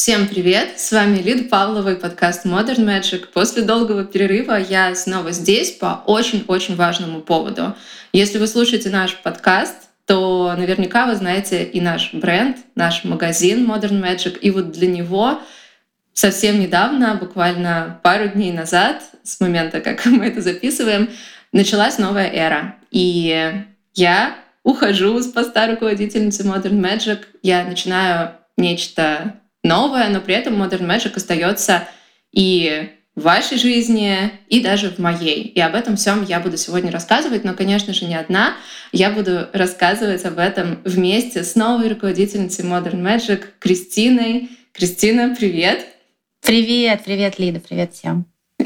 Всем привет! С вами Лида Павлова и подкаст Modern Magic. После долгого перерыва я снова здесь по очень-очень важному поводу. Если вы слушаете наш подкаст, то наверняка вы знаете и наш бренд, наш магазин Modern Magic. И вот для него совсем недавно, буквально пару дней назад, с момента, как мы это записываем, началась новая эра. И я ухожу с поста руководительницы Modern Magic. Я начинаю нечто новое, но при этом Modern Magic остается и в вашей жизни, и даже в моей. И об этом всем я буду сегодня рассказывать, но, конечно же, не одна. Я буду рассказывать об этом вместе с новой руководительницей Modern Magic Кристиной. Кристина, привет! Привет, Лида, привет всем.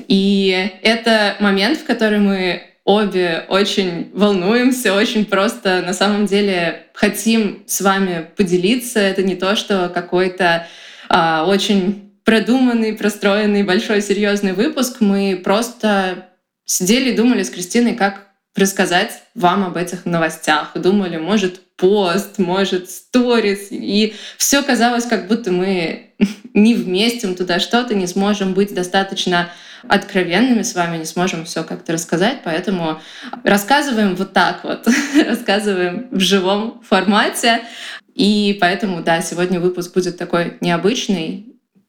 И это момент, в который мы обе очень волнуемся, очень просто на самом деле хотим с вами поделиться. Это не то, что какой-то очень продуманный, простроенный, большой, серьезный выпуск. Мы просто сидели и думали с Кристиной, как рассказать вам об этих новостях. Думали, может, пост, может, сторис. И все казалось, как будто мы не вместим туда что-то, не сможем быть достаточно откровенными с вами, не сможем все как-то рассказать. Поэтому рассказываем вот так вот, рассказываем в живом формате. И поэтому, да, сегодня выпуск будет такой необычный.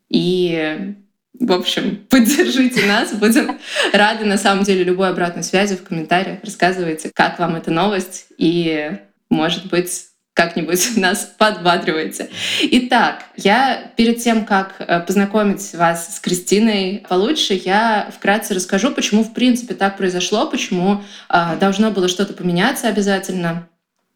И, в общем, поддержите нас. Будем рады, на самом деле, любой обратной связи в комментариях. Рассказывайте, как вам эта новость. И, может быть, как-нибудь нас подбадриваете. Итак, я перед тем, как познакомить вас с Кристиной получше, я вкратце расскажу, почему, в принципе, так произошло, почему должно было что-то поменяться обязательно.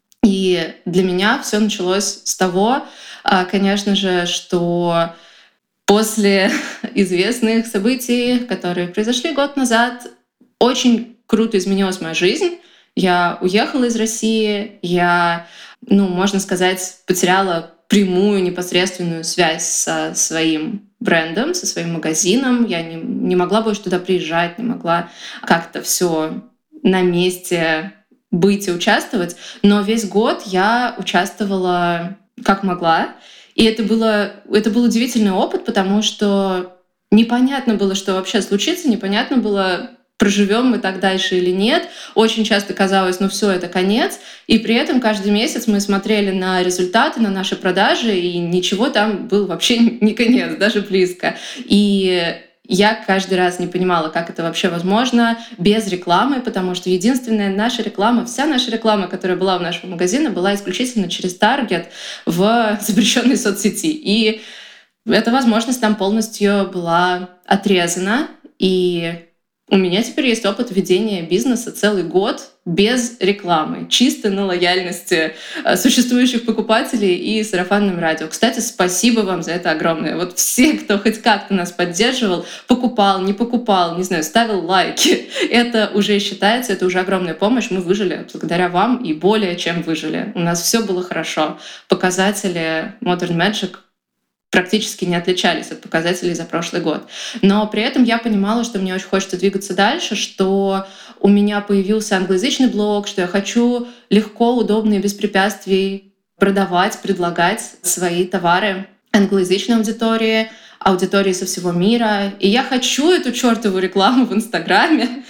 И для меня все началось с того, конечно же, что после известных событий, которые произошли год назад, очень круто изменилась моя жизнь. Я уехала из России, я, можно сказать, потеряла прямую непосредственную связь со своим брендом, со своим магазином. Я не могла больше туда приезжать, не могла как-то все на месте быть и участвовать. Но весь год я участвовала как могла. И это был удивительный опыт, потому что непонятно было, что вообще случится, непонятно было, проживем мы так дальше или нет. Очень часто казалось, все, это конец. И при этом каждый месяц мы смотрели на результаты, на наши продажи, и ничего там был вообще не конец, даже близко. И я каждый раз не понимала, как это вообще возможно без рекламы, потому что единственная наша реклама, вся наша реклама, которая была в нашем магазине, была исключительно через Target в запрещенной соцсети. И эта возможность там полностью была отрезана. И у меня теперь есть опыт ведения бизнеса целый год без рекламы, чисто на лояльности существующих покупателей и сарафанном радио. Кстати, спасибо вам за это огромное. Вот все, кто хоть как-то нас поддерживал, покупал, не покупал, не знаю, ставил лайки, это уже считается, это уже огромная помощь. Мы выжили благодаря вам и более чем выжили. У нас все было хорошо. Показатели Modern Magic практически не отличались от показателей за прошлый год. Но при этом я понимала, что мне очень хочется двигаться дальше, что у меня появился англоязычный блог, что я хочу легко, удобно и без препятствий продавать, предлагать свои товары англоязычной аудитории со всего мира. И я хочу эту чертову рекламу в Инстаграме,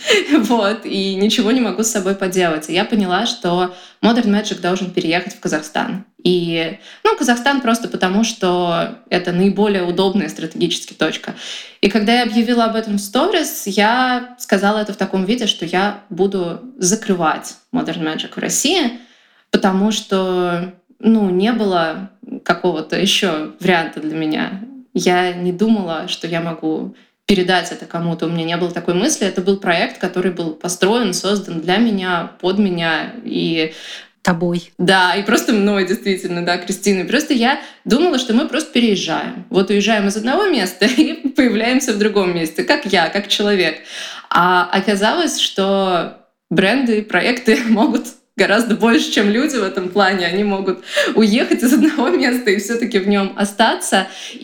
и ничего не могу с собой поделать. И я поняла, что Modern Magic должен переехать в Казахстан. И Казахстан просто потому, что это наиболее удобная стратегически точка. И когда я объявила об этом в сторис, я сказала это в таком виде, что я буду закрывать Modern Magic в России, потому что не было какого-то еще варианта для меня. Я не думала, что я могу передать это кому-то. У меня не было такой мысли. Это был проект, который был построен, создан для меня, под меня и тобой. Да, и просто мной, действительно, да, Кристиной. Просто я думала, что мы просто переезжаем. Вот уезжаем из одного места и появляемся в другом месте, как я, как человек. А оказалось, что бренды и проекты могут гораздо больше, чем люди в этом плане. Они могут уехать из одного места и все-таки в нем остаться.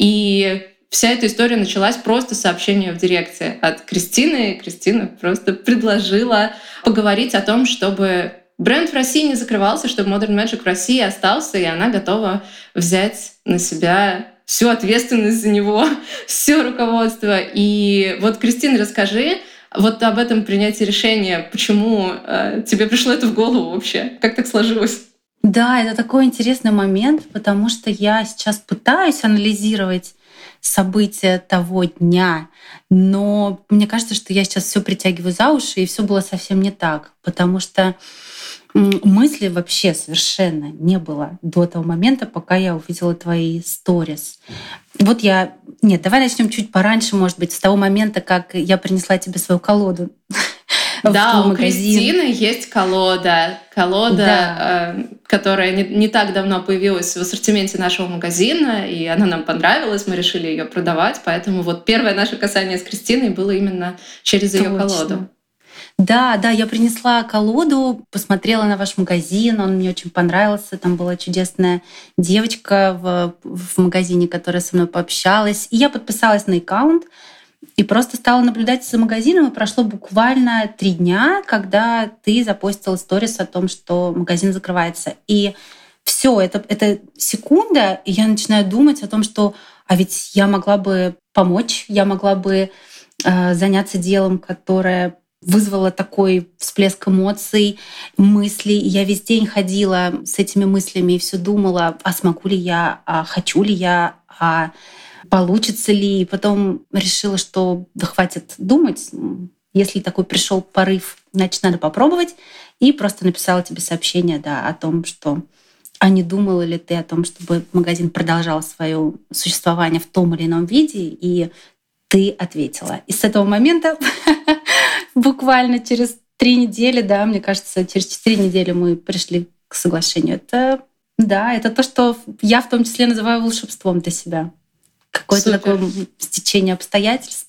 И вся эта история началась просто с сообщения в директе от Кристины. Кристина просто предложила поговорить о том, чтобы бренд в России не закрывался, чтобы Modern Magic в России остался, и она готова взять на себя всю ответственность за него, все руководство. И вот, Кристина, расскажи вот об этом принятии решения. Почему тебе пришло это в голову вообще? Как так сложилось? Да, это такой интересный момент, потому что я сейчас пытаюсь анализировать события того дня, но мне кажется, что я сейчас все притягиваю за уши, и все было совсем не так, потому что мысли вообще совершенно не было до того момента, пока я увидела твои сторис. Вот я... Нет, давай начнем чуть пораньше, может быть, с того момента, как я принесла тебе свою колоду. Да, у Кристины есть колода, да, которая не так давно появилась в ассортименте нашего магазина, и она нам понравилась, мы решили ее продавать, поэтому вот первое наше касание с Кристиной было именно через ее колоду. Да, я принесла колоду, посмотрела на ваш магазин, он мне очень понравился. Там была чудесная девочка в магазине, которая со мной пообщалась. И я подписалась на аккаунт и просто стала наблюдать за магазином. И прошло буквально 3 дня, когда ты запостила сторис о том, что магазин закрывается. И все, это секунда, и я начинаю думать о том, что а ведь я могла бы помочь, я могла бы заняться делом, которое вызвало такой всплеск эмоций, мыслей. И я весь день ходила с этими мыслями и все думала, а смогу ли я, а хочу ли я, а получится ли. И потом решила, что да хватит думать. Если такой пришел порыв, значит, надо попробовать. И просто написала тебе сообщение, да, о том, что а не думала ли ты о том, чтобы магазин продолжал свое существование в том или ином виде, и ты ответила. И с этого момента буквально через 3 недели, да, мне кажется, через 4 недели мы пришли к соглашению. Это то, что я в том числе называю волшебством для себя. Какое-то такое стечение обстоятельств,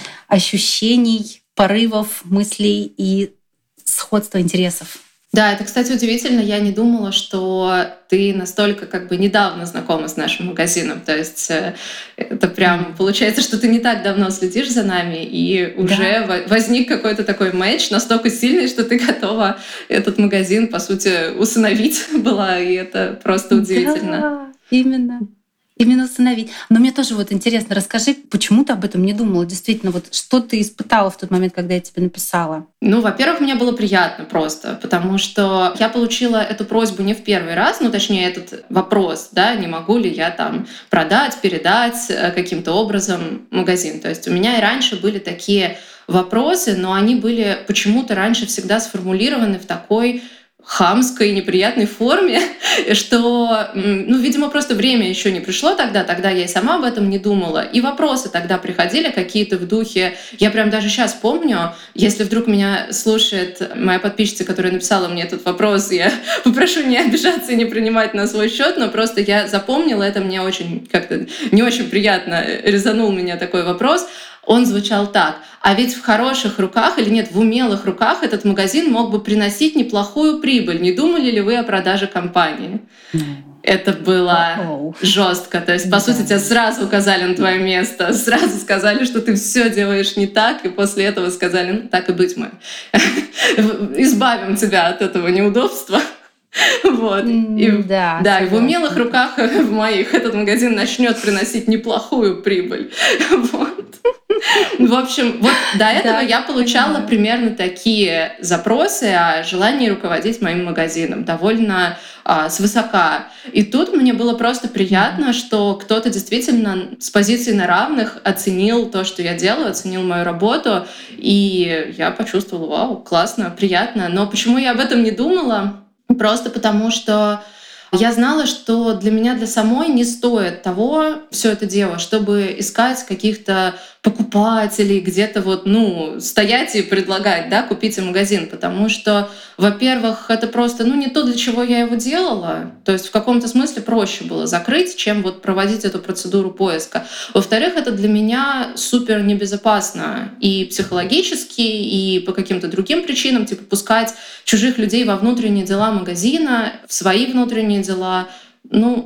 ощущений, порывов, мыслей и сходства интересов. Да, это, кстати, удивительно. Я не думала, что ты настолько недавно знакома с нашим магазином. То есть это прям получается, что ты не так давно следишь за нами, и уже возник какой-то такой матч настолько сильный, что ты готова этот магазин, по сути, усыновить была, и это просто удивительно. Да, именно усыновить. Но мне тоже вот интересно, расскажи, почему ты об этом не думала? Действительно, вот что ты испытала в тот момент, когда я тебе написала? Во-первых, мне было приятно просто, потому что я получила эту просьбу не в первый раз, точнее, этот вопрос, да, не могу ли я там продать, передать каким-то образом магазин. То есть у меня и раньше были такие вопросы, но они были почему-то раньше всегда сформулированы в такой хамской, неприятной форме, что, видимо, просто время еще не пришло тогда я и сама об этом не думала. И вопросы тогда приходили какие-то в духе. Я прям даже сейчас помню, если вдруг меня слушает моя подписчица, которая написала мне этот вопрос, я попрошу не обижаться и не принимать на свой счет, но просто я запомнила, это мне очень как-то не очень приятно резанул меня такой вопрос. Он звучал так: а ведь в хороших руках или нет, в умелых руках этот магазин мог бы приносить неплохую прибыль. Не думали ли вы о продаже компании? Это было жестко. То есть, по сути, тебя сразу указали на твое место, сразу сказали, что ты все делаешь не так, и после этого сказали, так и быть, мы избавим тебя от этого неудобства. Вот. И в умелых руках в моих этот магазин начнет приносить неплохую прибыль. Вот. В общем, вот до этого я получала примерно такие запросы о желании руководить моим магазином довольно свысока. И тут мне было просто приятно, что кто-то действительно с позиции на равных оценил то, что я делаю, оценил мою работу, и я почувствовала, вау, классно, приятно. Но почему я об этом не думала? Просто потому что я знала, что для меня, для самой не стоит того все это дело, чтобы искать каких-то покупателей, где-то стоять и предлагать, да, купите магазин. Потому что, во-первых, это просто не то, для чего я его делала. То есть в каком-то смысле проще было закрыть, чем проводить эту процедуру поиска. Во-вторых, это для меня супер небезопасно и психологически, и по каким-то другим причинам, пускать чужих людей во внутренние дела магазина, в свои внутренние дела.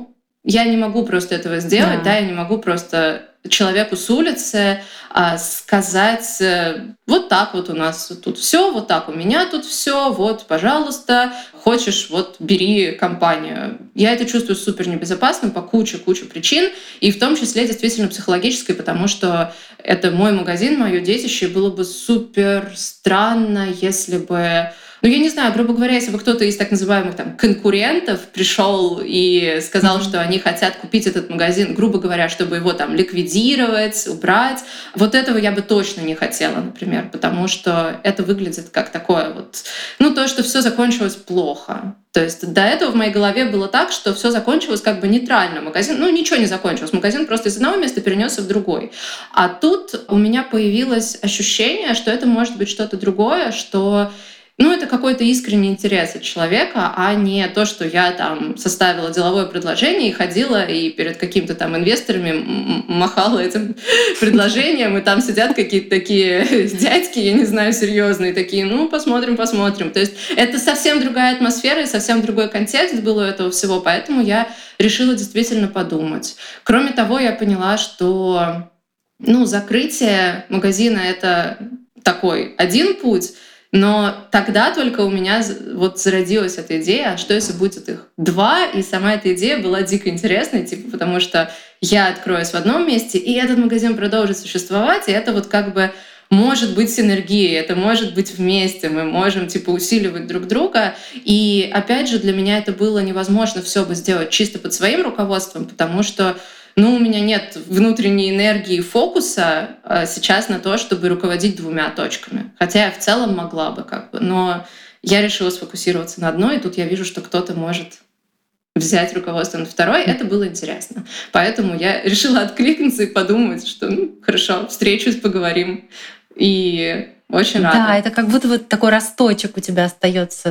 я не могу просто этого сделать, да, я не могу просто человеку с улицы сказать, вот так вот у нас тут все, вот так у меня тут все, вот, пожалуйста, хочешь, вот, бери компанию. Я это чувствую супер небезопасным по куче причин, и в том числе действительно психологической, потому что это мой магазин, мое детище, и было бы супер странно, если бы я не знаю, грубо говоря, если бы кто-то из так называемых там конкурентов пришел и сказал, что они хотят купить этот магазин, грубо говоря, чтобы его там ликвидировать, убрать, вот этого я бы точно не хотела, например, потому что это выглядит как такое вот, то, что все закончилось плохо. То есть до этого в моей голове было так, что все закончилось как бы нейтрально. Магазин, ничего не закончилось. Магазин просто из одного места перенесся в другой. А тут у меня появилось ощущение, что это может быть что-то другое, что это какой-то искренний интерес от человека, а не то, что я там составила деловое предложение и ходила и перед какими-то там инвесторами махала этим предложением, и там сидят какие-то такие дядьки, я не знаю, серьезные, такие, посмотрим. То есть это совсем другая атмосфера и совсем другой контекст был у этого всего, поэтому я решила действительно подумать. Кроме того, я поняла, что закрытие магазина — это такой один путь, но тогда только у меня вот зародилась эта идея, что если будет их два, и сама эта идея была дико интересной, потому что я откроюсь в одном месте, и этот магазин продолжит существовать, и это вот как бы может быть синергией, это может быть вместе, мы можем усиливать друг друга. И опять же, для меня это было невозможно все бы сделать чисто под своим руководством, потому что у меня нет внутренней энергии и фокуса сейчас на то, чтобы руководить двумя точками. Хотя я в целом могла бы но я решила сфокусироваться на одной, и тут я вижу, что кто-то может взять руководство на второй. Это было интересно. Поэтому я решила откликнуться и подумать, что хорошо, встречусь, поговорим. И очень рада. Да, это как будто вот такой росточек у тебя остается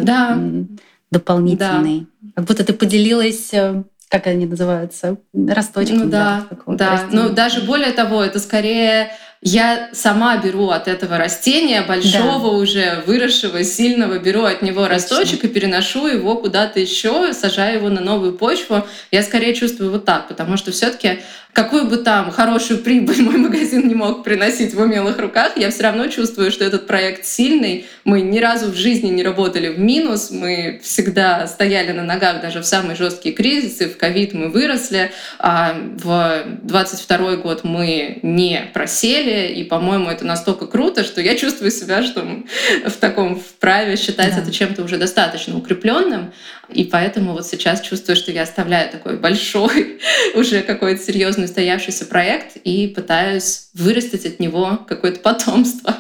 дополнительный. Да. Как будто ты поделилась, как они называются, росточком. Да. Даже более того, это скорее я сама беру от этого растения большого уже выросшего, сильного, беру от него росточек и переношу его куда-то еще, сажаю его на новую почву. Я скорее чувствую вот так, потому что все-таки какую бы там хорошую прибыль мой магазин не мог приносить в умелых руках, я все равно чувствую, что этот проект сильный. Мы ни разу в жизни не работали в минус, мы всегда стояли на ногах даже в самые жесткие кризисы. В ковид мы выросли, а в 22 год мы не просели. И, по-моему, это настолько круто, что я чувствую себя, что в таком вправе считать это чем-то уже достаточно укрепленным. И поэтому вот сейчас чувствую, что я оставляю такой большой, уже какой-то серьезный устоявшийся проект и пытаюсь вырастить от него какое-то потомство.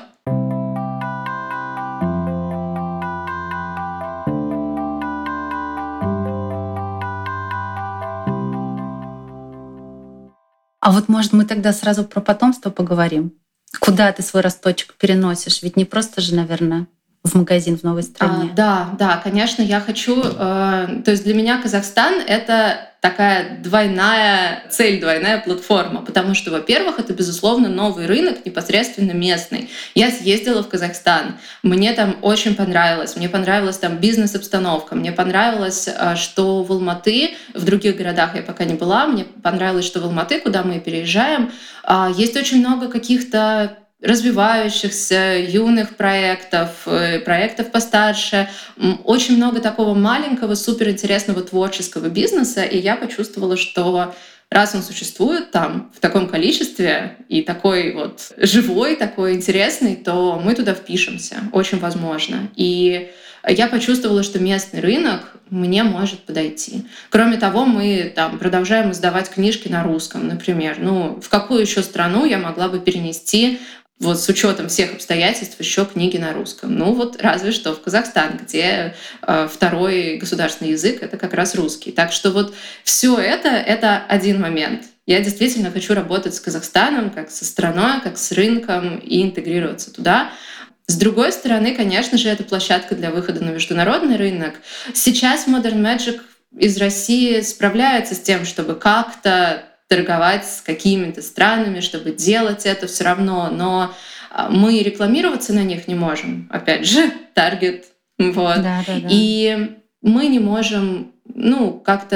А вот, может, мы тогда сразу про потомство поговорим? Куда ты свой росточек переносишь? Ведь не просто же, наверное, в магазин в новой стране. Да, конечно, я хочу... То есть для меня Казахстан — это такая двойная цель, двойная платформа, потому что, во-первых, это, безусловно, новый рынок, непосредственно местный. Я съездила в Казахстан, мне там очень понравилось, мне понравилась там бизнес-обстановка, мне понравилось, что в Алматы, в других городах я пока не была, мне понравилось, что в Алматы, куда мы переезжаем, есть очень много каких-то развивающихся, юных проектов постарше. Очень много такого маленького, суперинтересного творческого бизнеса. И я почувствовала, что раз он существует там в таком количестве и такой вот живой, такой интересный, то мы туда впишемся. Очень возможно. И я почувствовала, что местный рынок мне может подойти. Кроме того, мы там продолжаем издавать книжки на русском, например. В какую еще страну я могла бы перенести вот с учетом всех обстоятельств еще книги на русском? Разве что в Казахстан, где второй государственный язык — это как раз русский. Так что вот все это один момент. Я действительно хочу работать с Казахстаном, как со страной, как с рынком и интегрироваться туда. С другой стороны, конечно же, это площадка для выхода на международный рынок. Сейчас Modern Magic из России справляется с тем, чтобы как-то торговать с какими-то странами, чтобы делать это все равно, но мы рекламироваться на них не можем. Опять же, таргет. Вот. Да. И мы не можем как-то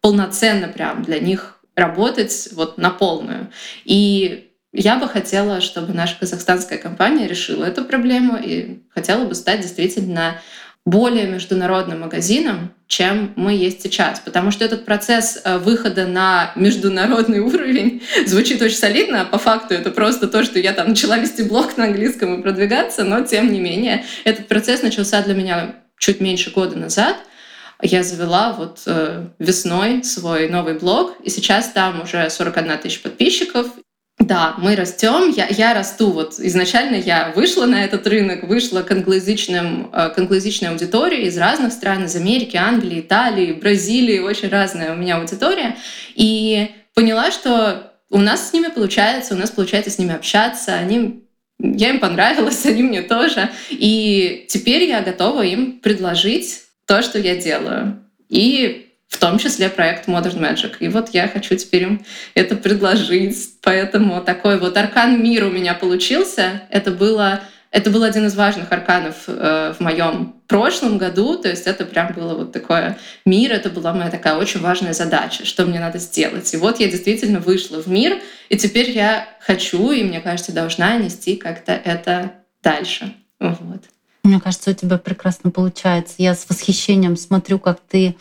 полноценно прям для них работать вот на полную. И я бы хотела, чтобы наша казахстанская компания решила эту проблему и хотела бы стать действительно более международным магазином, чем мы есть сейчас. Потому что этот процесс выхода на международный уровень звучит очень солидно, а по факту это просто то, что я там начала вести блог на английском и продвигаться, но тем не менее этот процесс начался для меня чуть меньше года назад. Я завела вот весной свой новый блог, и сейчас там уже 41 тысяча подписчиков. Да, мы растем. Я расту. Вот изначально я вышла на этот рынок, вышла к англоязычной аудитории из разных стран, из Америки, Англии, Италии, Бразилии. Очень разная у меня аудитория. И поняла, что у нас с ними получается, у нас получается с ними общаться. Я им понравилась, они мне тоже. И теперь я готова им предложить то, что я делаю. И в том числе проект Modern Magic. И вот я хочу теперь им это предложить. Поэтому такой вот аркан мира у меня получился. Это был один из важных арканов в моем прошлом году. То есть это прям было вот такое мир. Это была моя такая очень важная задача, что мне надо сделать. И вот я действительно вышла в мир. И теперь я хочу, и мне кажется, должна нести как-то это дальше. Вот. Мне кажется, у тебя прекрасно получается. Я с восхищением смотрю, как ты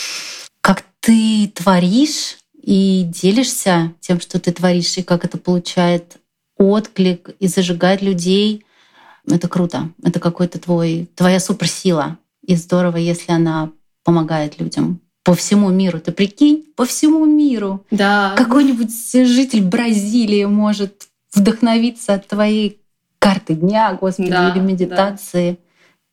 творишь и делишься тем, что ты творишь, и как это получает отклик и зажигает людей. Это круто. Это какой-то твоя суперсила. И здорово, если она помогает людям по всему миру. Ты прикинь, по всему миру. Да. Какой-нибудь житель Бразилии может вдохновиться от твоей карты дня, Господи, да, или медитации. Да.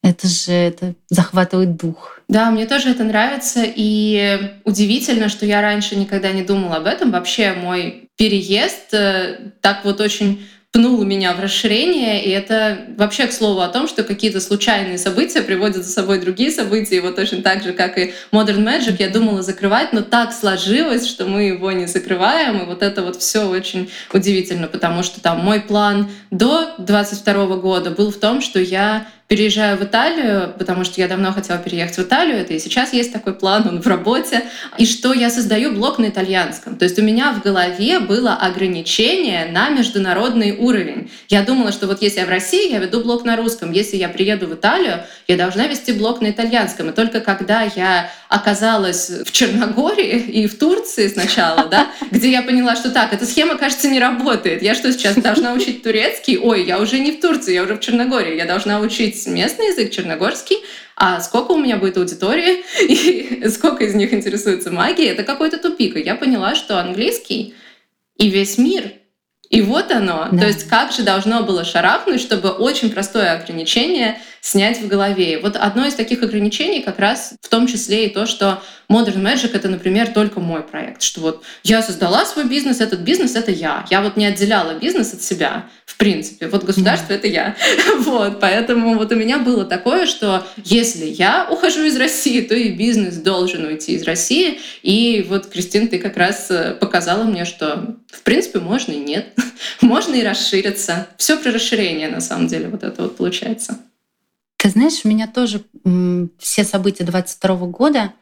Это захватывает дух. Да, мне тоже это нравится. И удивительно, что я раньше никогда не думала об этом. Вообще мой переезд так вот очень пнул меня в расширение. И это вообще к слову о том, что какие-то случайные события приводят за собой другие события. И вот точно так же, как и Modern Magic, я думала закрывать, но так сложилось, что мы его не закрываем. И вот это вот все очень удивительно, потому что там мой план до 2022 года был в том, что я переезжаю в Италию, потому что я давно хотела переехать в Италию, это и сейчас есть такой план, он в работе, и что я создаю блог на итальянском. То есть у меня в голове было ограничение на международный уровень. Я думала, что вот если я в России, я веду блог на русском, если я приеду в Италию, я должна вести блог на итальянском. И только когда я оказалась в Черногории и в Турции сначала, да, где я поняла, что так, эта схема, кажется, не работает. Я что, сейчас должна учить турецкий? Ой, я уже не в Турции, я уже в Черногории. Я должна учить местный язык, черногорский, а сколько у меня будет аудитории и сколько из них интересуется магией, это какой-то тупик. И я поняла, что английский и весь мир, и вот оно. Да. То есть как же должно было шарахнуть, чтобы очень простое ограничение снять в голове. И вот одно из таких ограничений как раз в том числе и то, что Modern Magic — это, например, только мой проект. Что вот я создала свой бизнес, этот бизнес — это я. Я вот не отделяла бизнес от себя, в принципе. Вот государство — это я. Вот, поэтому вот у меня было такое, что если я ухожу из России, то и бизнес должен уйти из России. И вот, Кристин, ты как раз показала мне, что в принципе можно и нет. Можно и расшириться. Все про расширение, на самом деле, вот это вот получается. Ты знаешь, у меня тоже все события 2022 года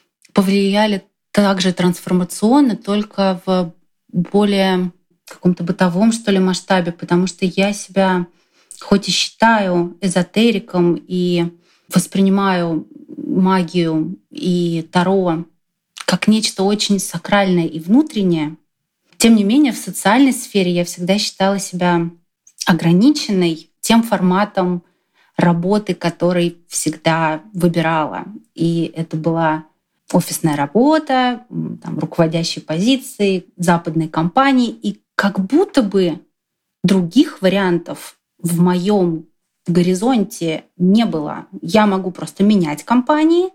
повлияли также трансформационно, только в более каком-то бытовом, что ли, масштабе, потому что я себя хоть и считаю эзотериком и воспринимаю магию и Таро как нечто очень сакральное и внутреннее, тем не менее в социальной сфере я всегда считала себя ограниченной тем форматом работы, который всегда выбирала. И это была офисная работа, там, руководящие позиции, западной компании. И как будто бы других вариантов в моем горизонте не было. Я могу просто менять компании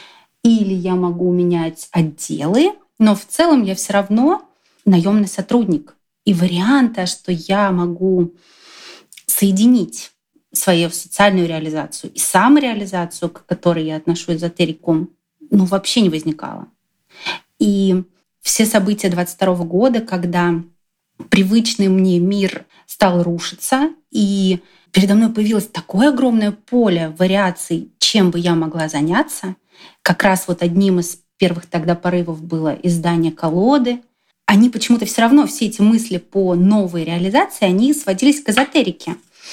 или я могу менять отделы, но в целом я все равно наемный сотрудник. И варианта, что я могу соединить свою социальную реализацию и самореализацию, к которой я отношу эзотерику, вообще не возникало. И все события 2022 года, когда привычный мне мир стал рушиться, и передо мной появилось такое огромное поле вариаций, чем бы я могла заняться, как раз вот одним из первых тогда порывов было издание колоды. Они почему-то все равно, все эти мысли по новой реализации, они сводились к эзотерике.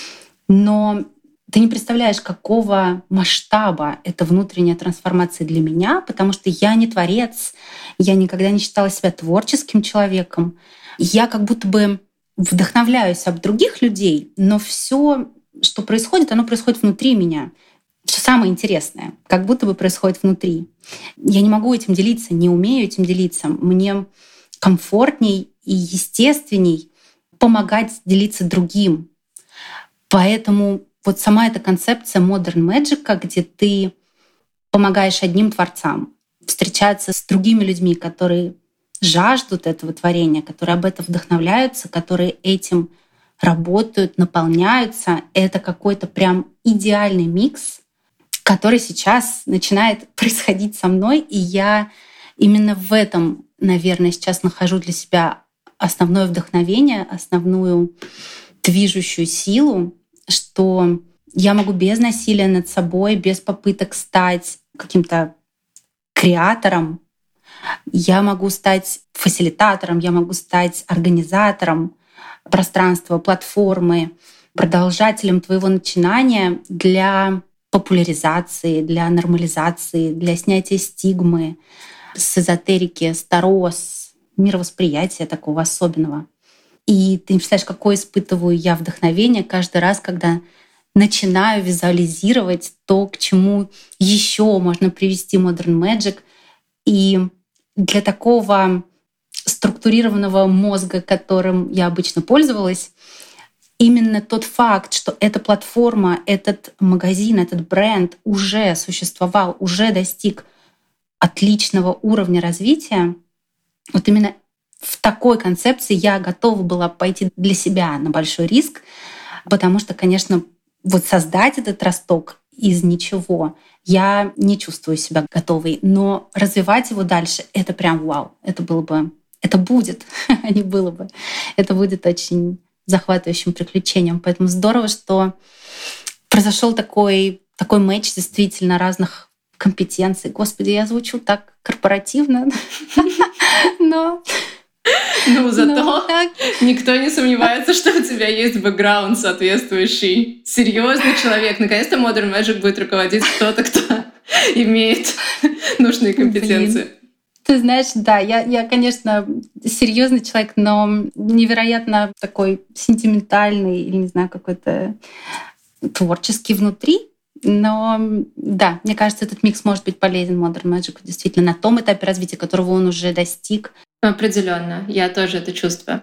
Но ты не представляешь, какого масштаба эта внутренняя трансформация для меня, потому что я не творец, я никогда не считала себя творческим человеком. Я как будто бы вдохновляюсь об других людей, но все, что происходит, оно происходит внутри меня. Что самое интересное, как будто бы происходит внутри. Я не могу этим делиться, не умею этим делиться. Мне комфортней и естественней помогать делиться другим. Поэтому вот сама эта концепция Modern Magic, где ты помогаешь одним творцам встречаться с другими людьми, которые жаждут этого творения, которые об этом вдохновляются, которые этим работают, наполняются. Это какой-то прям идеальный микс, который сейчас начинает происходить со мной. И я именно в этом, наверное, сейчас нахожу для себя основное вдохновение, основную движущую силу, что я могу без насилия над собой, без попыток стать каким-то креатором, я могу стать фасилитатором, я могу стать организатором пространства, платформы, продолжателем твоего начинания для популяризации, для нормализации, для снятия стигмы с эзотерики, с таро, с мировосприятия такого особенного. И ты не представляешь, какое испытываю я вдохновение каждый раз, когда начинаю визуализировать то, к чему еще можно привести Modern Magic. И для такого структурированного мозга, которым я обычно пользовалась, именно тот факт, что эта платформа, этот магазин, этот бренд уже существовал, уже достиг отличного уровня развития, вот именно в такой концепции я готова была пойти для себя на большой риск, потому что, конечно, вот создать этот росток из ничего я не чувствую себя готовой, но развивать его дальше — это прям вау. Это было бы, это будет, а не было бы. Это будет очень захватывающим приключением. Поэтому здорово, что произошел такой матч действительно разных компетенций. Господи, я звучу так корпоративно, но... Ну, зато никто не сомневается, что у тебя есть бэкграунд соответствующий. Серьезный человек. Наконец-то Modern Magic будет руководить кто-то, кто имеет нужные компетенции. Блин. Ты знаешь, да, я, конечно, серьезный человек, но невероятно такой сентиментальный или, не знаю, какой-то творческий внутри. Но да, мне кажется, этот микс может быть полезен Modern Magic действительно на том этапе развития, которого он уже достиг. Определенно, я тоже это чувствую.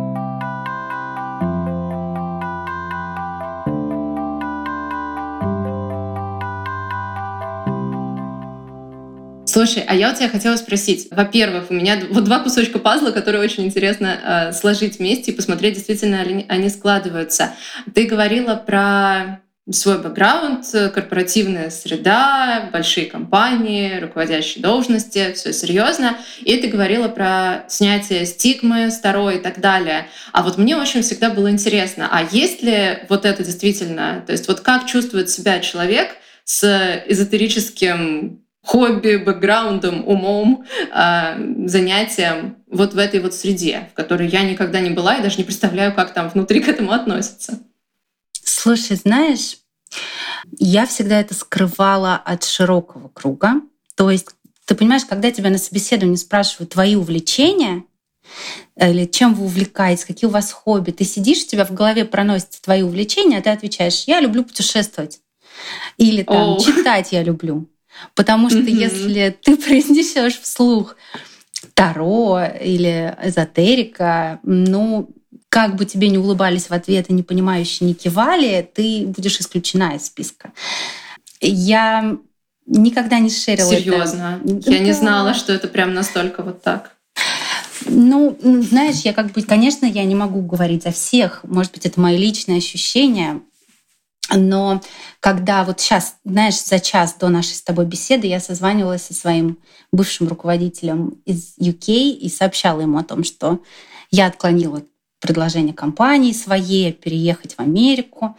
Слушай, а я у тебя хотела спросить. Во-первых, у меня вот два кусочка пазла, которые очень интересно сложить вместе и посмотреть, действительно ли они складываются. Ты говорила про свой бэкграунд, корпоративная среда, большие компании, руководящие должности, все серьезно. И ты говорила про снятие стигмы с таро и так далее. А вот мне очень всегда было интересно, а есть ли вот это действительно, то есть вот как чувствует себя человек с эзотерическим хобби, бэкграундом, умом, занятием вот в этой вот среде, в которой я никогда не была и даже не представляю, как там внутри к этому относятся. Слушай, знаешь, я всегда это скрывала от широкого круга. То есть, ты понимаешь, когда тебя на собеседовании спрашивают твои увлечения, или чем вы увлекаетесь, какие у вас хобби, ты сидишь, у тебя в голове проносятся твои увлечения, а ты отвечаешь: я люблю путешествовать. Или там читать я люблю. Потому что если ты произнесешь вслух таро или эзотерика, ну, как бы тебе не улыбались в ответ и не понимающие не кивали, ты будешь исключена из списка. Я никогда не шерила это. Серьезно? Я не знала, что это прям настолько вот так. Ну, знаешь, я конечно, я не могу говорить за всех. Может быть, это мои личные ощущения. Но когда вот сейчас, знаешь, за час до нашей с тобой беседы я созванивалась со своим бывшим руководителем из UK и сообщала ему о том, что я отклонила предложение компании своей переехать в Америку.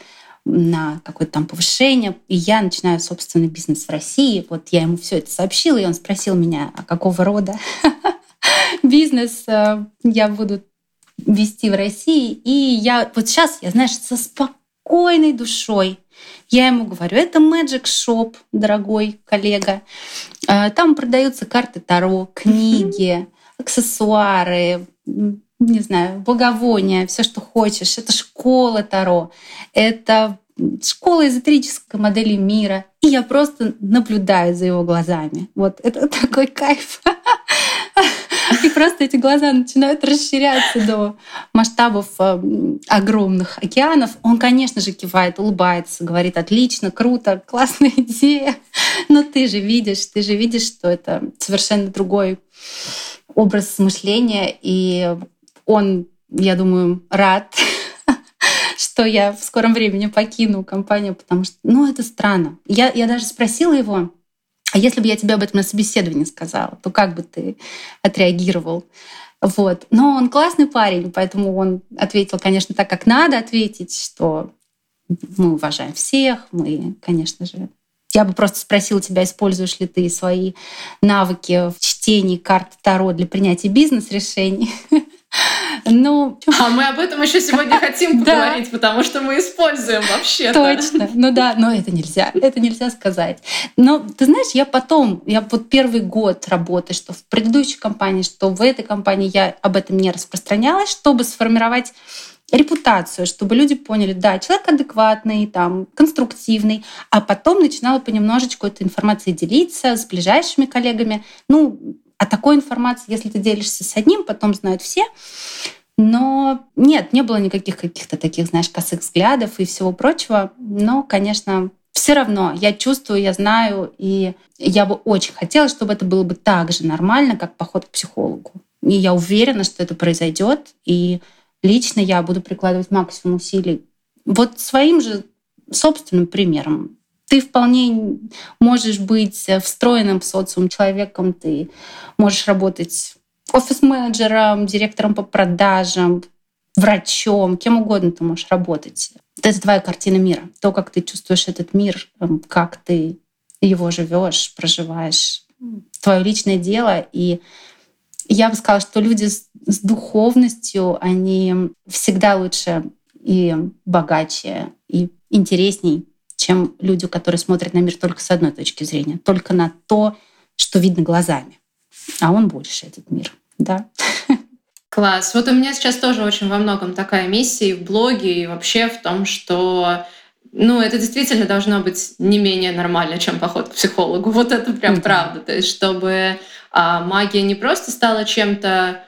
на какое-то там повышение, и я начинаю собственный бизнес в России. Вот я ему все это сообщила, и он спросил меня, а какого рода бизнес я буду вести в России. И я вот сейчас, я, знаешь, со спокойной душой я ему говорю, это Magic Shop, дорогой коллега. Там продаются карты Таро, книги, аксессуары, не знаю, благовония, все, что хочешь. Это школа Таро, это школа эзотерической модели мира. И я просто наблюдаю за его глазами. Вот это такой кайф. И просто эти глаза начинают расширяться до масштабов огромных океанов. Он, конечно же, кивает, улыбается, говорит: отлично, круто, классная идея. Но ты же видишь, что это совершенно другой образ мышления. И он, я думаю, рад, что я в скором времени покину компанию, потому что, это странно. Я даже спросила его, а если бы я тебе об этом на собеседовании сказала, то как бы ты отреагировал? Вот. Но он классный парень, поэтому он ответил, конечно, так, как надо ответить, что мы уважаем всех, мы, конечно же... Я бы просто спросила тебя, используешь ли ты свои навыки в чтении карт Таро для принятия бизнес-решений. А мы об этом еще сегодня хотим поговорить, потому что мы используем вообще-то. Точно. Но это нельзя сказать. Но ты знаешь, я вот первый год работы, что в предыдущей компании, что в этой компании, я об этом не распространялась, чтобы сформировать репутацию, чтобы люди поняли, да, человек адекватный, там, конструктивный, а потом начинала понемножечку этой информацией делиться с ближайшими коллегами. А такой информации, если ты делишься с одним, потом знают все. Но нет, не было никаких каких-то таких, знаешь, косых взглядов и всего прочего. Но, конечно, все равно я чувствую, я знаю, и я бы очень хотела, чтобы это было бы так же нормально, как поход к психологу. И я уверена, что это произойдет. И лично я буду прикладывать максимум усилий. Вот своим же собственным примером. Ты вполне можешь быть встроенным в социум человеком, ты можешь работать офис-менеджером, директором по продажам, врачом, кем угодно ты можешь работать. Это твоя картина мира. То, как ты чувствуешь этот мир, как ты его живешь, проживаешь. Твое личное дело. И я бы сказала, что люди с духовностью, они всегда лучше и богаче, и интересней, чем люди, которые смотрят на мир только с одной точки зрения, только на то, что видно глазами. А он больше, этот мир, да. Класс. Вот у меня сейчас тоже очень во многом такая миссия и в блоге, и вообще в том, что это действительно должно быть не менее нормально, чем поход к психологу. Вот это прям правда. То есть чтобы магия не просто стала чем-то,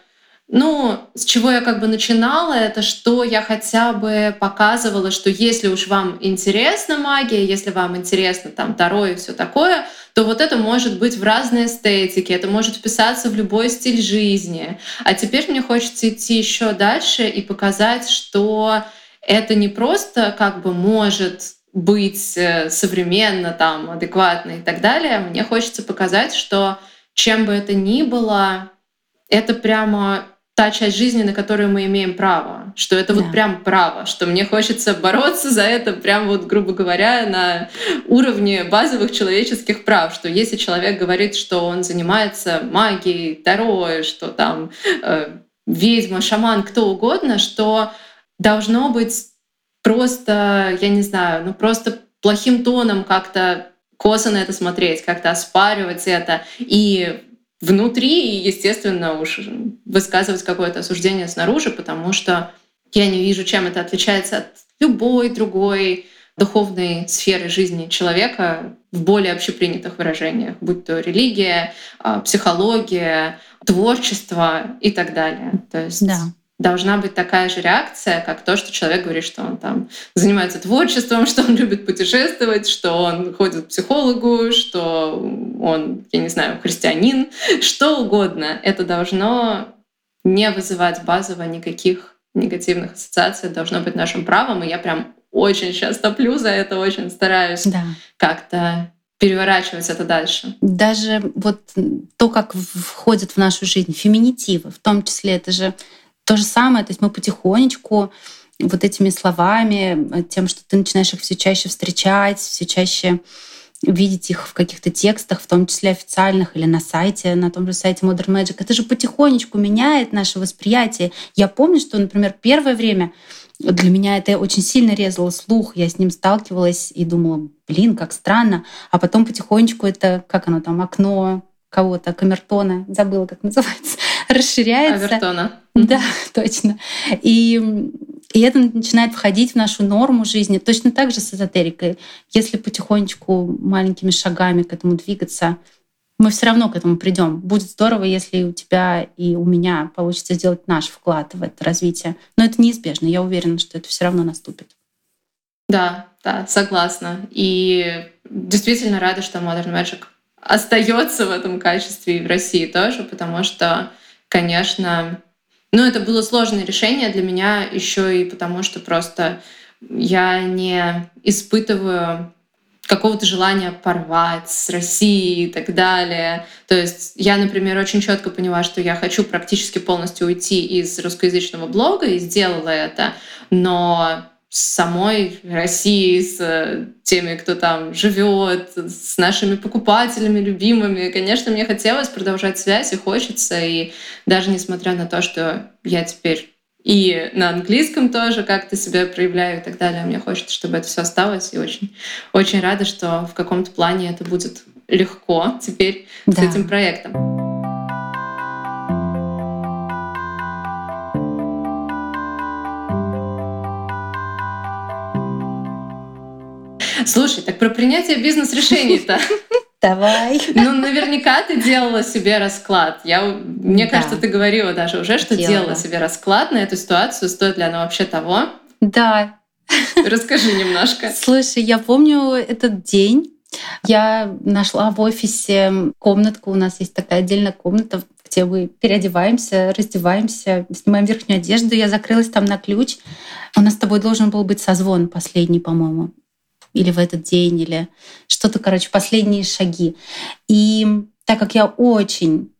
с чего я как бы начинала, это что я хотя бы показывала, что если уж вам интересна магия, если вам интересно там Таро и все такое, то вот это может быть в разной эстетике, это может вписаться в любой стиль жизни. А теперь мне хочется идти еще дальше и показать, что это не просто как бы может быть современно, там, адекватно и так далее. Мне хочется показать, что чем бы это ни было, это прямо та часть жизни, на которую мы имеем право, что это вот прям право, что мне хочется бороться за это прям вот, грубо говоря, на уровне базовых человеческих прав, что если человек говорит, что он занимается магией, Таро, что там ведьма, шаман, кто угодно, что должно быть просто, я не знаю, просто плохим тоном как-то косо на это смотреть, как-то оспаривать это и внутри, и, естественно, уж высказывать какое-то осуждение снаружи, потому что я не вижу, чем это отличается от любой другой духовной сферы жизни человека в более общепринятых выражениях, будь то религия, психология, творчество и так далее. То есть должна быть такая же реакция, как то, что человек говорит, что он там занимается творчеством, что он любит путешествовать, что он ходит к психологу, что он, я не знаю, христианин, что угодно. Это должно не вызывать базово никаких негативных ассоциаций, должно быть нашим правом. И я прям очень сейчас топлю за это, очень стараюсь как-то переворачивать это дальше. Даже вот то, как входит в нашу жизнь феминитивы, в том числе это же то же самое, то есть мы потихонечку вот этими словами, тем, что ты начинаешь их все чаще встречать, все чаще видеть их в каких-то текстах, в том числе официальных или на сайте, на том же сайте Modern Magic. Это же потихонечку меняет наше восприятие. Я помню, что, например, первое время для меня это очень сильно резало слух. Я с ним сталкивалась и думала, блин, как странно. А потом потихонечку это, как оно там, окно кого-то, камертона, забыла, как называется, расширяется. Авертона. Да, точно. И это начинает входить в нашу норму жизни. Точно так же с эзотерикой. Если потихонечку, маленькими шагами к этому двигаться, мы все равно к этому придем. Будет здорово, если у тебя и у меня получится сделать наш вклад в это развитие. Но это неизбежно. Я уверена, что это все равно наступит. Да, согласна. И действительно рада, что Modern Magic остается в этом качестве и в России тоже, потому что, конечно, это было сложное решение для меня еще и потому, что просто я не испытываю какого-то желания порвать с Россией и так далее. То есть я, например, очень четко поняла, что я хочу практически полностью уйти из русскоязычного блога и сделала это, но с самой Россией, с теми, кто там живет, с нашими покупателями, любимыми. Конечно, мне хотелось продолжать связь, и хочется. И даже несмотря на то, что я теперь и на английском тоже как-то себя проявляю и так далее, мне хочется, чтобы это все осталось. И очень, очень рада, что в каком-то плане это будет легко теперь с этим проектом. Слушай, так про принятие бизнес-решений-то. Давай. Наверняка ты делала себе расклад. Мне кажется, ты говорила даже уже, что делала себе расклад на эту ситуацию. Стоит ли она вообще того? Да. Расскажи немножко. Слушай, я помню этот день. Я нашла в офисе комнатку. У нас есть такая отдельная комната, где мы переодеваемся, раздеваемся, снимаем верхнюю одежду. Я закрылась там на ключ. У нас с тобой должен был быть созвон последний, по-моему. Или в этот день, или что-то, последние шаги. И так как я очень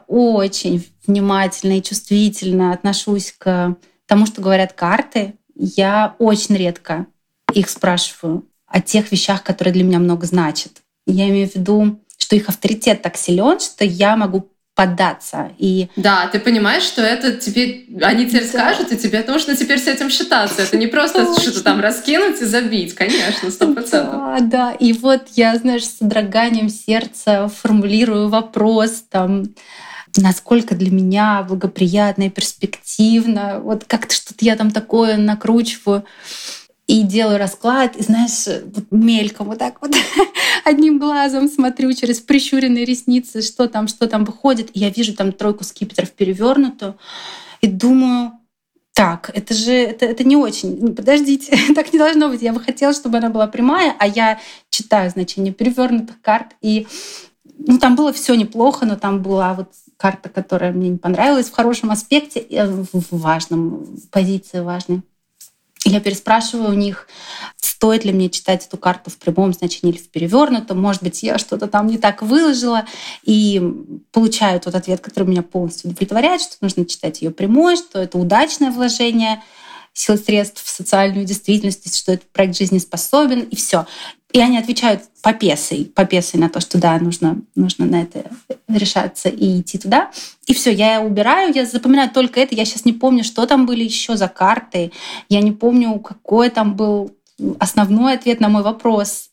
внимательно и чувствительно отношусь к тому, что говорят карты, я очень редко их спрашиваю о тех вещах, которые для меня много значат. Я имею в виду, что их авторитет так силен, что я могу поддаться. Да, ты понимаешь, что это тебе, они тебе скажут, и тебе нужно теперь с этим считаться. Это не просто что-то там раскинуть и забить, конечно, 100%. Да. И вот я, с содроганием сердца формулирую вопрос, насколько для меня благоприятно и перспективно. Вот как-то что-то я там такое накручиваю. И делаю расклад, и, мельком вот так вот одним глазом смотрю через прищуренные ресницы, что там выходит. И я вижу там 3 скипетров перевернутую и думаю, так, это не очень. Подождите, так не должно быть. Я бы хотела, чтобы она была прямая, а я читаю значение перевернутых карт. И там было все неплохо, но там была вот карта, которая мне не понравилась в хорошем аспекте, в важном, позиции важной. Я переспрашиваю у них, стоит ли мне читать эту карту в прямом значении или в перевернутом. Может быть, я что-то там не так выложила. И получаю тот ответ, который меня полностью удовлетворяет, что нужно читать ее прямой, что это удачное вложение сил и средств в социальную действительность, что этот проект жизнеспособен, и все. И они отвечают попесой на то, что да, нужно на это решаться и идти туда. И все, я убираю, я запоминаю только это. Я сейчас не помню, что там были еще за карты. Я не помню, какой там был основной ответ на мой вопрос.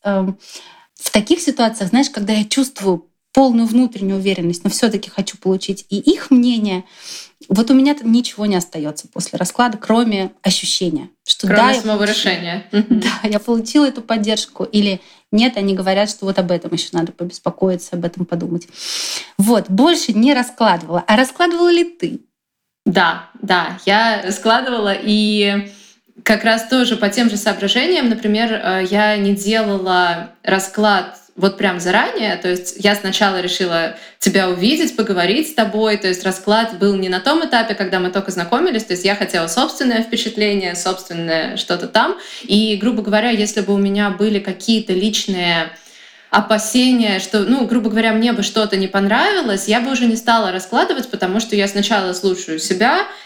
В таких ситуациях, когда я чувствую полную внутреннюю уверенность, но все-таки хочу получить и их мнение, вот у меня ничего не остается после расклада, кроме ощущения, что кроме самого решения. Да, я получила эту поддержку, или нет, они говорят, что вот об этом еще надо побеспокоиться, об этом подумать. Вот, больше не раскладывала. А раскладывала ли ты? Да, я раскладывала, и как раз тоже по тем же соображениям, например, я не делала расклад вот прям заранее, то есть я сначала решила тебя увидеть, поговорить с тобой, то есть расклад был не на том этапе, когда мы только знакомились, то есть я хотела собственное впечатление, собственное что-то там, и, грубо говоря, если бы у меня были какие-то личные опасения, что, грубо говоря, мне бы что-то не понравилось, я бы уже не стала раскладывать, потому что я сначала слушаю себя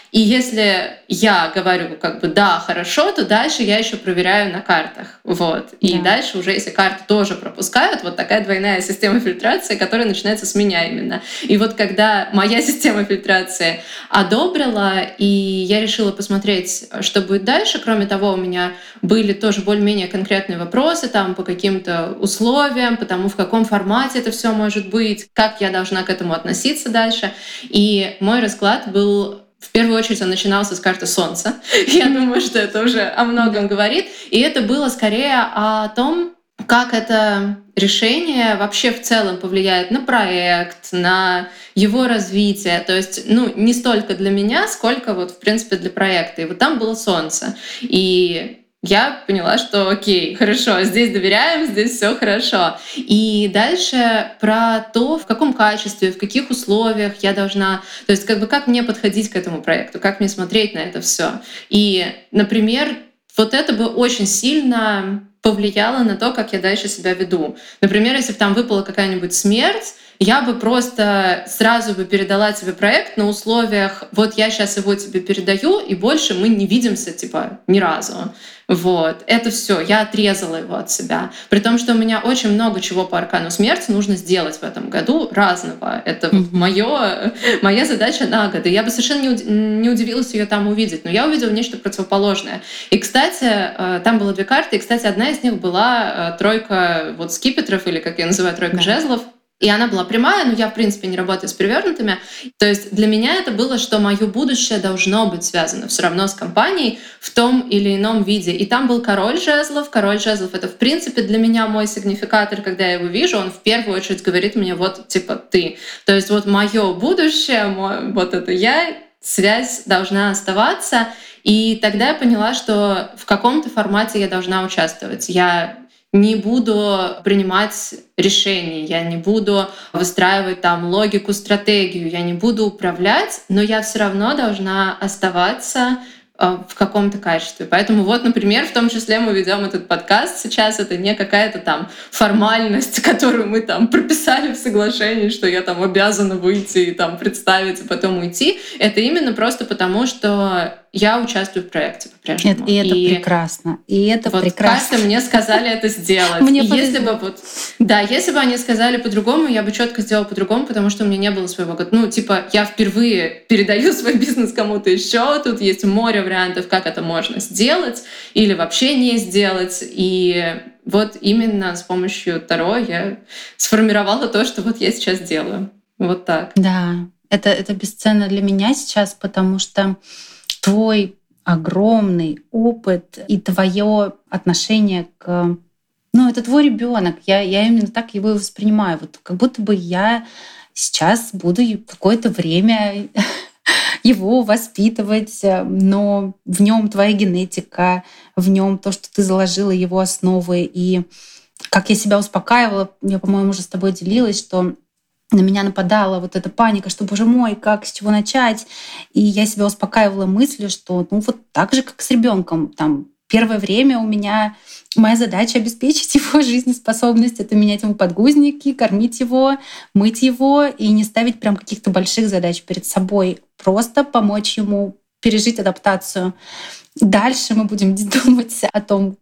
И если я говорю как бы да, хорошо, то дальше я еще проверяю на картах. Вот. И дальше уже, если карты тоже пропускают, вот такая двойная система фильтрации, которая начинается с меня именно. И вот когда моя система фильтрации одобрила, и я решила посмотреть, что будет дальше, кроме того, у меня были тоже более-менее конкретные вопросы там по каким-то условиям, по тому, в каком формате это все может быть, как я должна к этому относиться дальше. И мой расклад был... В первую очередь он начинался с карты Солнца. Я думаю, что это уже о многом говорит. И это было скорее о том, как это решение вообще в целом повлияет на проект, на его развитие. То есть, не столько для меня, сколько вот, в принципе, для проекта. И вот там было Солнце. И я поняла, что окей, хорошо, здесь доверяем, здесь все хорошо. И дальше про то, в каком качестве, в каких условиях я должна... То есть как мне подходить к этому проекту, как мне смотреть на это все. И, например, вот это бы очень сильно повлияло на то, как я дальше себя веду. Например, если бы там выпала какая-нибудь смерть, я бы просто сразу бы передала тебе проект на условиях, вот я сейчас его тебе передаю, и больше мы не видимся, ни разу. Вот. Это все. Я отрезала его от себя. При том, что у меня очень много чего по аркану смерти нужно сделать в этом году разного. Это моя задача на год. И я бы совершенно не удивилась ее там увидеть. Но я увидела нечто противоположное. И, кстати, там было 2 карты. И, кстати, одна из них была тройка скипетров, или, как я называю, тройка жезлов. И она была прямая, но я, в принципе, не работаю с перевернутыми. То есть для меня это было, что мое будущее должно быть связано все равно с компанией в том или ином виде. И там был король жезлов. Король жезлов — это, в принципе, для меня мой сигнификатор. Когда я его вижу, он в первую очередь говорит мне ты. То есть мое будущее, вот это я, связь должна оставаться. И тогда я поняла, что в каком-то формате я должна участвовать. Я не буду принимать решений, я не буду выстраивать там логику, стратегию, я не буду управлять, но я все равно должна оставаться в каком-то качестве. Поэтому например, в том числе мы ведем этот подкаст сейчас. Это не какая-то там формальность, которую мы там прописали в соглашении, что я там обязана выйти и там представить, и потом уйти. Это именно просто потому, что я участвую в проекте по-прежнему. И это прекрасно. И это прекрасно. Карты мне сказали это сделать. Если бы они сказали по-другому, я бы четко сделала по-другому, потому что у меня не было своего года. Я впервые передаю свой бизнес кому-то еще. Тут есть море вариантов, как это можно сделать или вообще не сделать. И именно с помощью Таро я сформировала то, что я сейчас делаю. Вот так. Да, это бесценно для меня сейчас, потому что твой огромный опыт и твое отношение к... это твой ребенок. Я именно так его и воспринимаю. Как будто бы я сейчас буду какое-то время его воспитывать, но в нем твоя генетика, в нем то, что ты заложила его основы. И как я себя успокаивала, я, по-моему, уже с тобой делилась, что на меня нападала эта паника, что, боже мой, как, с чего начать? И я себя успокаивала мыслью, что так же, как с ребенком, первое время у меня моя задача обеспечить его жизнеспособность, это менять ему подгузники, кормить его, мыть его и не ставить прям каких-то больших задач перед собой, просто помочь ему пережить адаптацию. Дальше мы будем думать о том,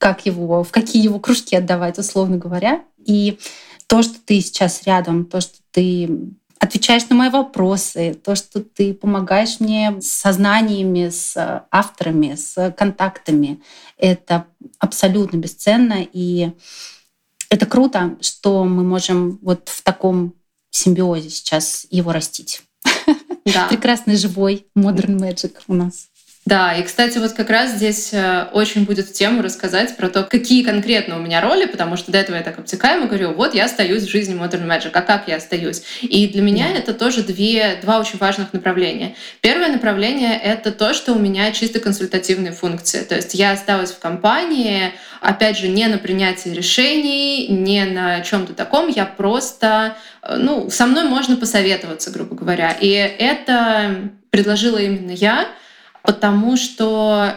в какие его кружки отдавать, условно говоря. И то, что ты сейчас рядом, то, что ты отвечаешь на мои вопросы, то, что ты помогаешь мне со знаниями, с авторами, с контактами, это абсолютно бесценно. И это круто, что мы можем в таком симбиозе сейчас его растить. Да. Прекрасный живой Modern Magic у нас. Да, и, кстати, как раз здесь очень будет в тему рассказать про то, какие конкретно у меня роли, потому что до этого я так обтекаемо говорю, я остаюсь в жизни Modern Magic, а как я остаюсь? И для меня это тоже два очень важных направления. Первое направление — это то, что у меня чисто консультативные функции. То есть я осталась в компании, опять же, не на принятии решений, не на чем-то таком, я просто... со мной можно посоветоваться, грубо говоря. И это предложила именно я, потому что,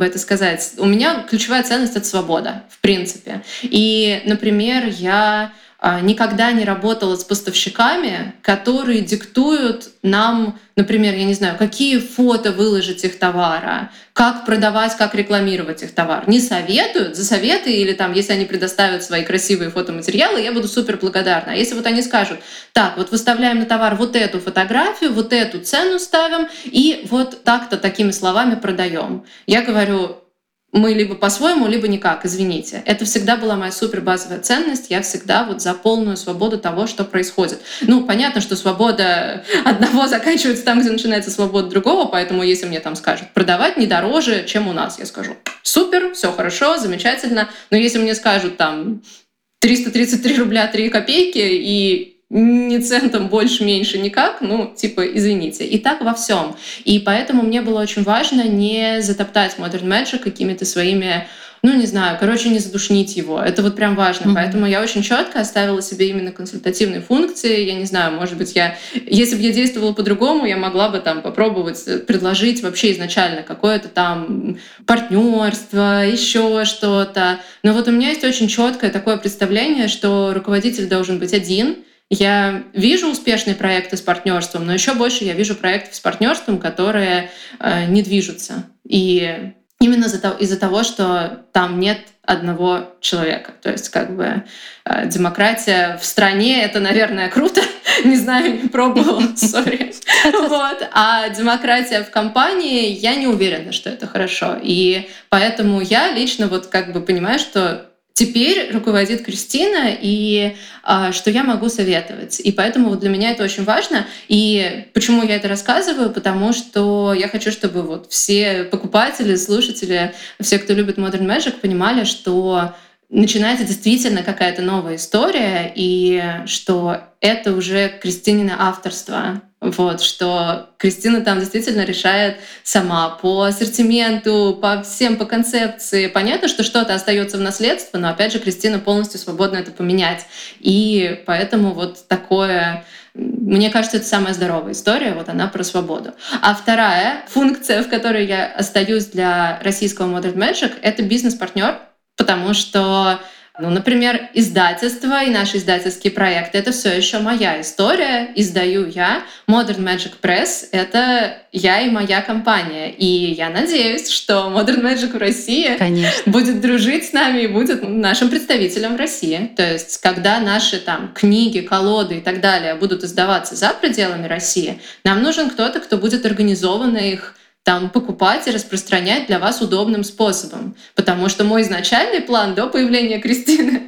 у меня ключевая ценность — это свобода, в принципе. И, например, я никогда не работала с поставщиками, которые диктуют нам, например, я не знаю, какие фото выложить их товара, как продавать, как рекламировать их товар. Не советуют, за советы или там, если они предоставят свои красивые фотоматериалы, я буду супер благодарна. А если вот они скажут, так, вот выставляем на товар вот эту фотографию, вот эту цену ставим и вот так-то такими словами продаем. Я говорю, мы либо по-своему, либо никак, извините. Это всегда была моя супер базовая ценность. Я всегда вот за полную свободу того, что происходит. Ну, понятно, что свобода одного заканчивается там, где начинается свобода другого, поэтому если мне там скажут продавать не дороже, чем у нас, я скажу супер, все хорошо, замечательно. Но если мне скажут там 333 рубля 3 копейки и ни центом больше, меньше никак, ну, типа, извините. И так во всем. И поэтому мне было очень важно не затоптать Modern Magic какими-то своими, ну, не знаю, короче, не задушнить его. Это вот прям важно. Поэтому я очень четко оставила себе именно консультативные функции. Я не знаю, может быть, если бы я действовала по-другому, я могла бы там попробовать предложить вообще изначально какое-то там партнерство, еще что-то. Но вот у меня есть очень четкое такое представление, что руководитель должен быть один. Я вижу успешные проекты с партнерством, но еще больше я вижу проекты с партнерством, которые не движутся. И именно из-за того, что там нет одного человека. То есть как бы демократия в стране — это, наверное, круто. Не знаю, не пробовала, сори. А демократия в компании, я не уверена, что это хорошо. И поэтому я лично вот как бы понимаю, что теперь руководит Кристина, и что я могу советовать. И поэтому вот для меня это очень важно. И почему я это рассказываю? Потому что я хочу, чтобы вот все покупатели, слушатели, все, кто любит Modern Magic, понимали, что начинается действительно какая-то новая история, и что это уже Кристинина авторство. Вот, что Кристина там действительно решает сама по ассортименту, по концепции. Понятно, что что-то остается в наследство, но опять же Кристина полностью свободна это поменять. И поэтому вот такое... Мне кажется, это самая здоровая история, вот она про свободу. А вторая функция, в которой я остаюсь для российского Modern Magic, это бизнес-партнер, потому что, ну, например, издательство и наши издательские проекты — это все еще моя история, издаю я. Modern Magic Press — это я и моя компания. И я надеюсь, что Modern Magic в России будет дружить с нами и будет нашим представителем в России. То есть, когда наши там книги, колоды и так далее будут издаваться за пределами России, нам нужен кто-то, кто будет организованно их там покупать и распространять для вас удобным способом. Потому что мой изначальный план до появления Кристины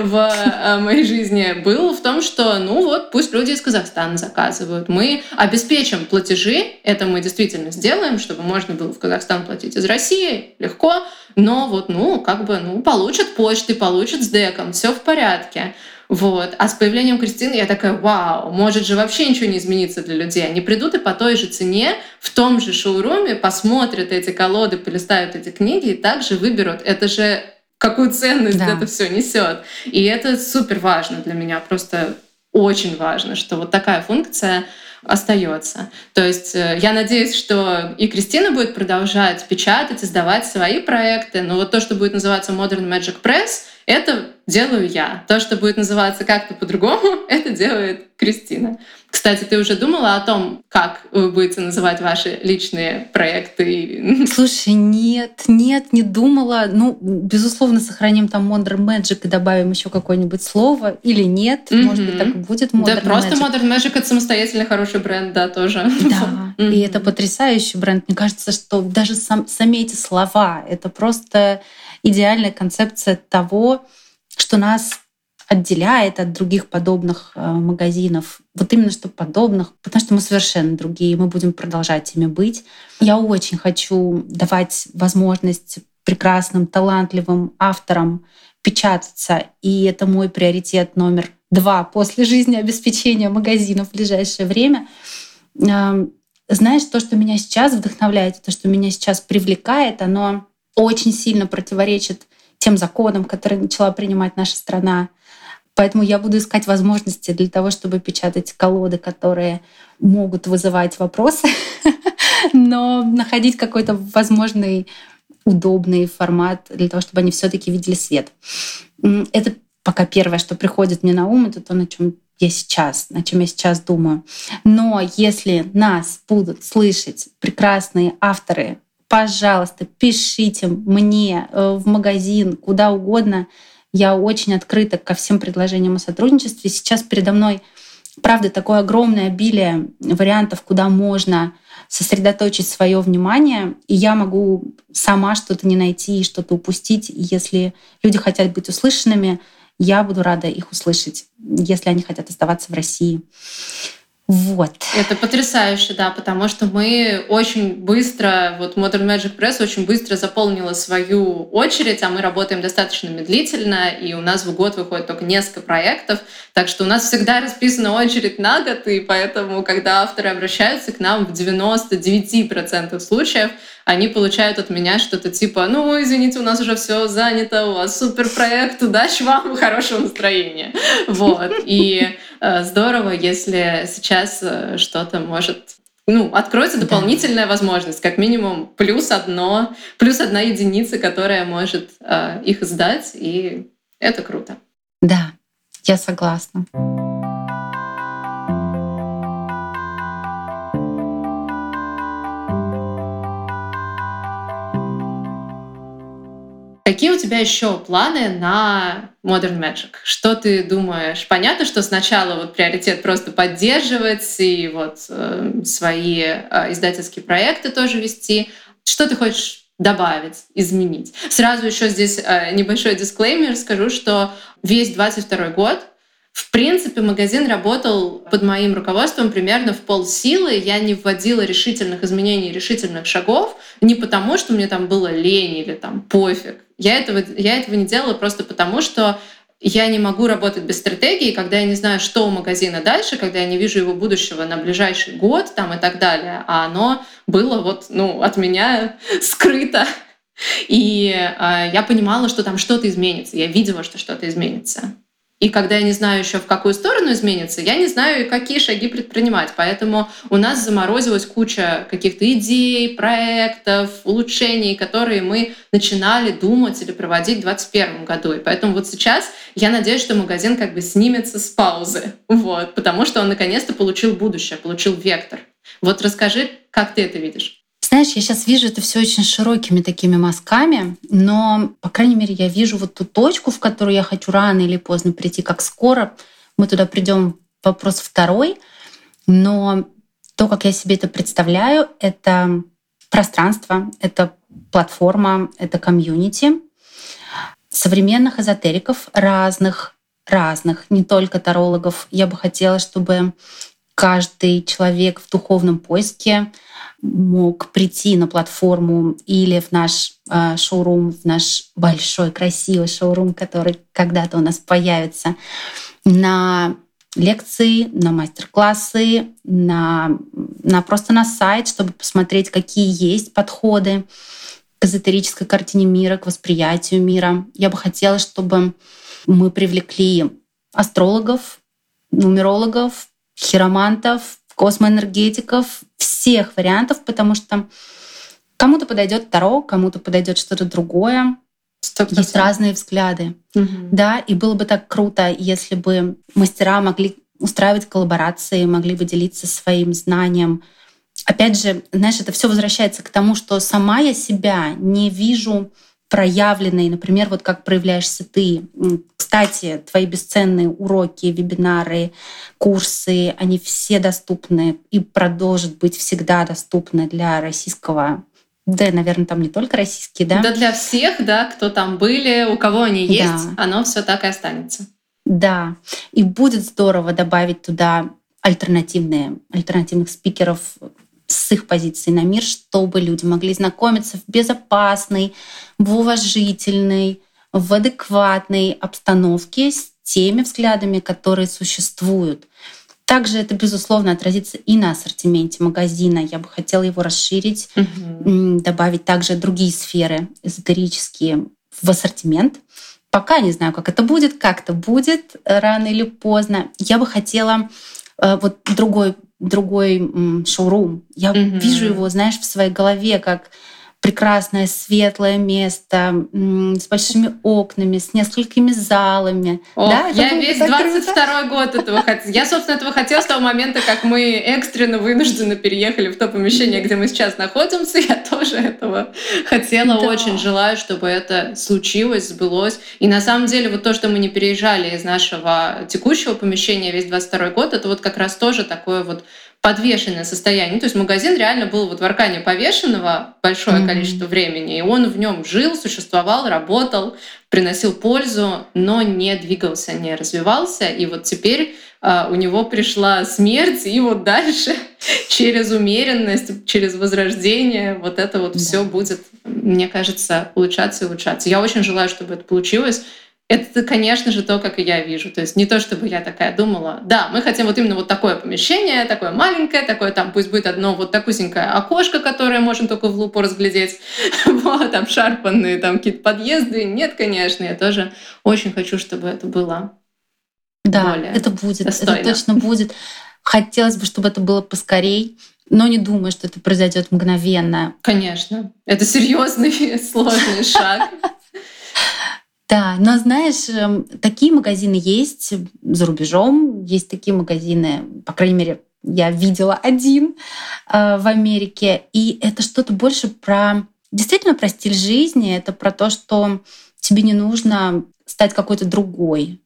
в моей жизни был в том, что ну вот пусть люди из Казахстана заказывают. Мы обеспечим платежи, это мы действительно сделаем, чтобы можно было в Казахстан платить из России легко, но вот получат почты, получат с деком, все в порядке. Вот. А с появлением Кристины я такая, вау, может же вообще ничего не измениться для людей. Они придут и по той же цене в том же шоуруме посмотрят эти колоды, полистают эти книги и также выберут. Это же какую ценность это все несет. И это супер важно для меня, просто очень важно, что вот такая функция остается. То есть я надеюсь, что и Кристина будет продолжать печатать, издавать свои проекты, но вот то, что будет называться Modern Magic Press, это делаю я. То, что будет называться как-то по-другому, это делает Кристина. Кстати, ты уже думала о том, как вы будете называть ваши личные проекты? Слушай, нет, не думала. Ну, безусловно, сохраним там Modern Magic и добавим еще какое-нибудь слово. Или нет, может быть, так и будет Modern Magic. Да, просто Modern Magic — это самостоятельный хороший бренд, да, тоже. Да, и это потрясающий бренд. Мне кажется, что даже сами эти слова — это просто идеальная концепция того, что нас отделяет от других подобных магазинов. Вот именно что подобных, потому что мы совершенно другие, мы будем продолжать ими быть. Я очень хочу давать возможность прекрасным, талантливым авторам печататься, и это мой приоритет номер 2 после жизнеобеспечения магазина в ближайшее время. Знаешь, то, что меня сейчас вдохновляет, то, что меня сейчас привлекает, оно очень сильно противоречит тем законам, которые начала принимать наша страна. Поэтому я буду искать возможности для того, чтобы печатать колоды, которые могут вызывать вопросы, но находить какой-то возможный удобный формат для того, чтобы они все-таки видели свет. Это пока первое, что приходит мне на ум, это то, на чем я сейчас думаю. Но если нас будут слышать прекрасные авторы, пожалуйста, пишите мне в магазин, куда угодно. Я очень открыта ко всем предложениям о сотрудничестве. Сейчас передо мной, правда, такое огромное обилие вариантов, куда можно сосредоточить свое внимание, и я могу сама что-то не найти и что-то упустить. Если люди хотят быть услышанными, я буду рада их услышать, если они хотят оставаться в России. Вот. Это потрясающе, да, потому что мы очень быстро, вот Modern Magic Press очень быстро заполнила свою очередь, а мы работаем достаточно медлительно, и у нас в год выходит только несколько проектов, так что у нас всегда расписана очередь на год, и поэтому, когда авторы обращаются к нам, в 99% случаев они получают от меня что-то типа: ну, извините, у нас уже все занято, у вас суперпроект, удачи вам и хорошего настроения. Вот. И здорово, если сейчас что-то может... откроется дополнительная возможность, как минимум плюс одна единица, которая может их сдать, и это круто. Да, я согласна. Какие у тебя еще планы на Modern Magic? Что ты думаешь? Понятно, что сначала вот приоритет просто поддерживать и вот свои издательские проекты тоже вести. Что ты хочешь добавить, изменить? Сразу еще здесь небольшой дисклеймер скажу, что весь 22 год в принципе, магазин работал под моим руководством примерно в полсилы. Я не вводила решительных изменений, решительных шагов не потому, что мне там было лень или там пофиг. Я этого не делала просто потому, что я не могу работать без стратегии, когда я не знаю, что у магазина дальше, когда я не вижу его будущего на ближайший год там, и так далее. А оно было от меня скрыто. И я понимала, что там что-то изменится. Я видела, что что-то изменится. И когда я не знаю еще, в какую сторону изменится, я не знаю, какие шаги предпринимать. Поэтому у нас заморозилась куча каких-то идей, проектов, улучшений, которые мы начинали думать или проводить в 2021 году. И поэтому вот сейчас я надеюсь, что магазин как бы снимется с паузы. Вот, потому что он наконец-то получил будущее, получил вектор. Вот расскажи, как ты это видишь? Знаешь, я сейчас вижу это все очень широкими такими мазками, но, по крайней мере, я вижу вот ту точку, в которую я хочу рано или поздно прийти. Как скоро мы туда придем, вопрос второй. Но то, как я себе это представляю, это пространство, это платформа, это комьюнити современных эзотериков разных, не только тарологов. Я бы хотела, чтобы каждый человек в духовном поиске мог прийти на платформу или в наш шоурум, в наш большой красивый шоурум, который когда-то у нас появится, на лекции, на мастер-классы, просто на сайт, чтобы посмотреть, какие есть подходы к эзотерической картине мира, к восприятию мира. Я бы хотела, чтобы мы привлекли астрологов, нумерологов, хиромантов, космоэнергетиков, всех вариантов, потому что кому-то подойдет Таро, кому-то подойдет что-то другое. 100%. Есть разные взгляды. Угу. Да, и было бы так круто, если бы мастера могли устраивать коллаборации, могли бы делиться своим знанием. Опять же, знаешь, это все возвращается к тому, что сама я себя не вижу проявленной, например, вот как проявляешься ты. Кстати, твои бесценные уроки, вебинары, курсы, они все доступны и продолжат быть всегда доступны для российского, да, наверное, там не только российские, да? Да, для всех, да, кто там были, у кого они есть, да. Оно все так и останется. Да, и будет здорово добавить туда альтернативных спикеров с их позицией на мир, чтобы люди могли знакомиться в безопасной, в уважительной, в адекватной обстановке с теми взглядами, которые существуют. Также это, безусловно, отразится и на ассортименте магазина. Я бы хотела его расширить, добавить также другие сферы эзотерические в ассортимент. Пока не знаю, как это будет, рано или поздно. Я бы хотела вот другой шоурум. Я вижу его, знаешь, в своей голове как прекрасное светлое место с большими окнами, с несколькими залами. Ох, Да, это я было бы весь так круто. 22 год этого хотела. Я, собственно, этого хотела с того момента, как мы экстренно вынужденно переехали в то помещение, где мы сейчас находимся. Я тоже этого хотела. Да. Очень желаю, чтобы это случилось, сбылось. И на самом деле вот то, что мы не переезжали из нашего текущего помещения весь 22 год, это вот как раз тоже такое вот подвешенное состояние. Ну, то есть магазин реально был вот в аркане повешенного большое количество времени, и он в нем жил, существовал, работал, приносил пользу, но не двигался, не развивался. И вот теперь у него пришла смерть, и вот дальше через умеренность, через возрождение вот это вот все будет, мне кажется, улучшаться и улучшаться. Я очень желаю, чтобы это получилось. Это, конечно же, то, как и я вижу. То есть не то, чтобы я такая думала, да, мы хотим вот именно вот такое помещение, такое маленькое, такое там пусть будет одно вот такусенькое окошко, которое можно только в лупу разглядеть, вот, обшарпанные там какие-то подъезды. Нет, конечно, я тоже очень хочу, чтобы это было более это будет, достойно. это точно будет. Хотелось бы, чтобы это было поскорей, но не думаю, что это произойдет мгновенно. Конечно, это серьезный, сложный шаг. Да, но знаешь, такие магазины есть за рубежом, есть такие магазины, по крайней мере, я видела один в Америке, и это что-то больше действительно про стиль жизни, это про то, что тебе не нужно стать какой-то другой,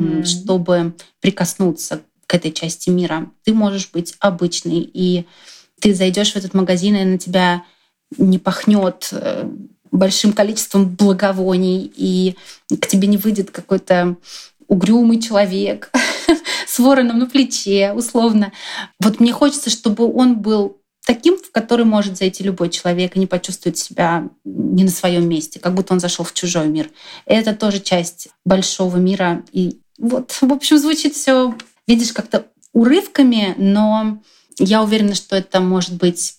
чтобы прикоснуться к этой части мира. Ты можешь быть обычной, и ты зайдешь в этот магазин, и на тебя не пахнет большим количеством благовоний, и к тебе не выйдет какой-то угрюмый человек с вороном на плече, условно. Вот мне хочется, чтобы он был таким, в который может зайти любой человек и не почувствовать себя не на своем месте, как будто он зашел в чужой мир. Это тоже часть большого мира. И вот, в общем, звучит все, видишь, как-то урывками, но я уверена, что это может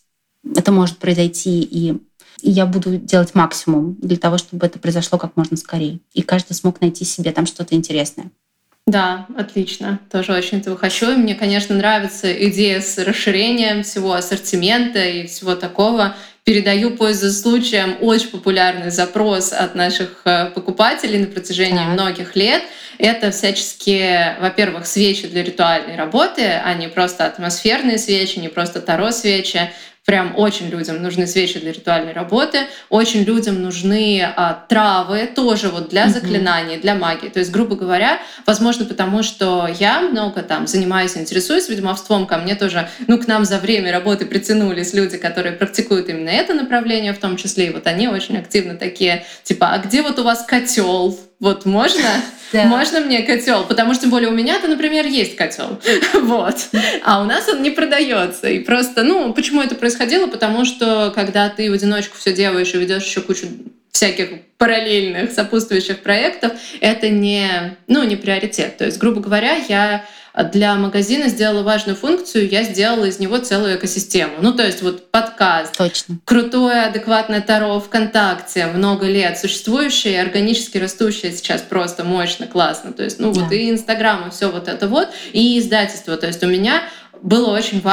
произойти, и я буду делать максимум для того, чтобы это произошло как можно скорее. И каждый смог найти себе там что-то интересное. Да, отлично. Тоже очень этого хочу. И мне, конечно, нравится идея с расширением всего ассортимента и всего такого. Передаю, пользуясь случаем, очень популярный запрос от наших покупателей на протяжении многих лет. Это всяческие, во-первых, свечи для ритуальной работы, а не просто атмосферные свечи, не просто таро-свечи. Прям очень людям нужны свечи для ритуальной работы, очень людям нужны травы тоже вот для заклинаний, для магии. То есть, грубо говоря, возможно, потому что я много там занимаюсь, интересуюсь ведьмовством, ко мне тоже, к нам за время работы притянулись люди, которые практикуют именно это направление в том числе, и вот они очень активно такие, типа, а где вот у вас котел? Вот можно? Да. Можно мне котел? Потому что, тем более, у меня-то, например, есть котел. Вот. А у нас он не продается. И просто, почему это происходило? Потому что, когда ты в одиночку все делаешь и ведешь еще кучу всяких параллельных сопутствующих проектов, это не приоритет. То есть, грубо говоря, я для магазина сделала важную функцию, я сделала из него целую экосистему. То есть вот подкаст, Точно. крутое, адекватное Таро ВКонтакте, много лет существующее, органически растущее сейчас просто мощно, классно. То есть, вот и Инстаграм, и все вот это вот, и издательство. То есть у меня стояла очень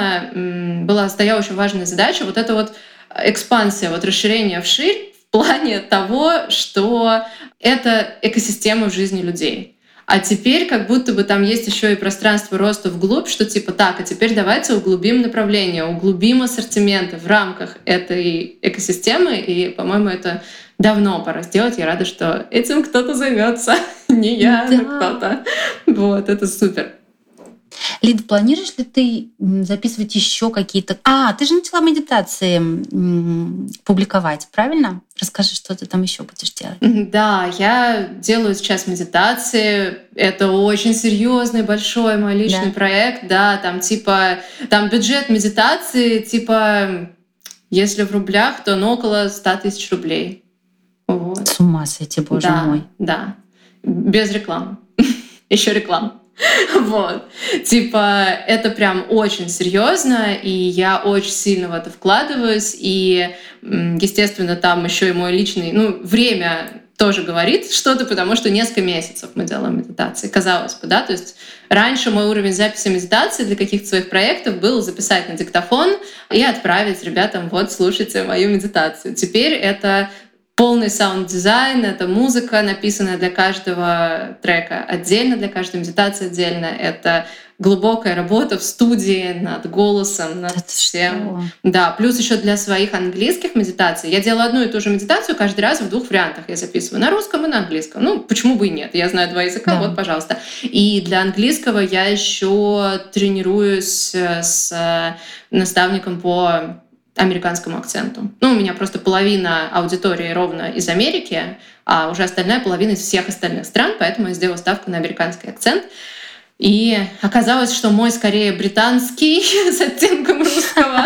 важная задача вот эта вот экспансия, вот расширение вширь в плане того, что это экосистема в жизни людей. А теперь как будто бы там есть еще и пространство роста вглубь, что типа так, а теперь давайте углубим направление, углубим ассортименты в рамках этой экосистемы. И, по-моему, это давно пора сделать. Я рада, что этим кто-то займется. Не я, но кто-то. Вот, это супер. Лида, планируешь ли ты записывать еще какие-то... ты же начала медитации публиковать, правильно? Расскажи, что ты там еще будешь делать. Да, я делаю сейчас медитации. Это очень серьезный, большой мой личный проект. Да, там бюджет медитации, если в рублях, то около 100 тысяч рублей. Вот. С ума сойти, боже мой. Да, без рекламы. Еще реклама. Вот. Это прям очень серьезно, и я очень сильно в это вкладываюсь. И, естественно, там еще и мой личный, время тоже говорит что-то, потому что несколько месяцев мы делаем медитации, казалось бы, да, то есть раньше мой уровень записи медитации для каких-то своих проектов был записать на диктофон и отправить ребятам: вот, слушайте мою медитацию. Теперь это полный саунд-дизайн, это музыка, написанная для каждого трека отдельно, для каждой медитации отдельно. Это глубокая работа в студии над голосом, над Это всем. что? Да, плюс еще для своих английских медитаций. Я делаю одну и ту же медитацию каждый раз в 2 вариантах. Я записываю на русском и на английском. Ну, почему бы и нет? Я знаю 2 языка, Да. вот, пожалуйста. И для английского я еще тренируюсь с наставником по американскому акценту. Ну, у меня просто половина аудитории ровно из Америки, а уже остальная половина из всех остальных стран, поэтому я сделала ставку на американский акцент. И оказалось, что мой скорее британский с оттенком русского.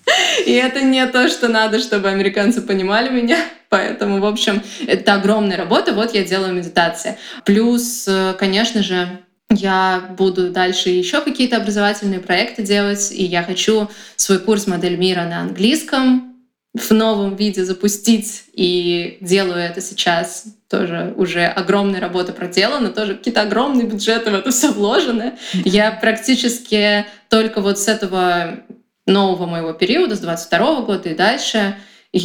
И это не то, что надо, чтобы американцы понимали меня. Поэтому, в общем, это огромная работа. Вот я делаю медитации. Плюс, конечно же, я буду дальше еще какие-то образовательные проекты делать, и я хочу свой курс «Модель мира» на английском в новом виде запустить, и делаю это сейчас. Тоже уже огромная работа проделана, тоже какие-то огромные бюджеты в это все вложены. Я практически только вот с этого нового моего периода, с 22 года и дальше,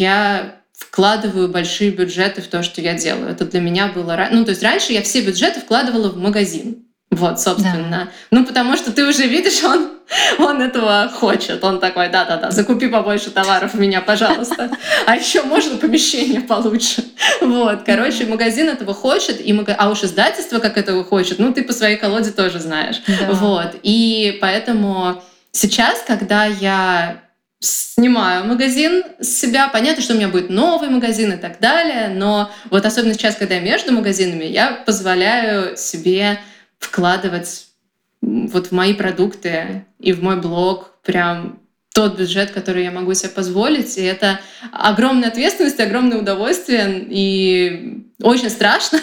я вкладываю большие бюджеты в то, что я делаю. Это для меня было... Ну, то есть раньше я все бюджеты вкладывала в магазин. Вот, собственно. Да. Ну, потому что ты уже видишь, он этого хочет. Он такой: да-да-да, закупи побольше товаров у меня, пожалуйста. А еще можно помещение получше. Вот, короче, магазин этого хочет, а уж издательство как этого хочет, ну, ты по своей колоде тоже знаешь. Да. Вот, и поэтому сейчас, когда я снимаю магазин с себя, понятно, что у меня будет новый магазин и так далее, но вот особенно сейчас, когда я между магазинами, я позволяю себе вкладывать вот в мои продукты и в мой блог прям тот бюджет, который я могу себе позволить. И это огромная ответственность, огромное удовольствие и очень страшно.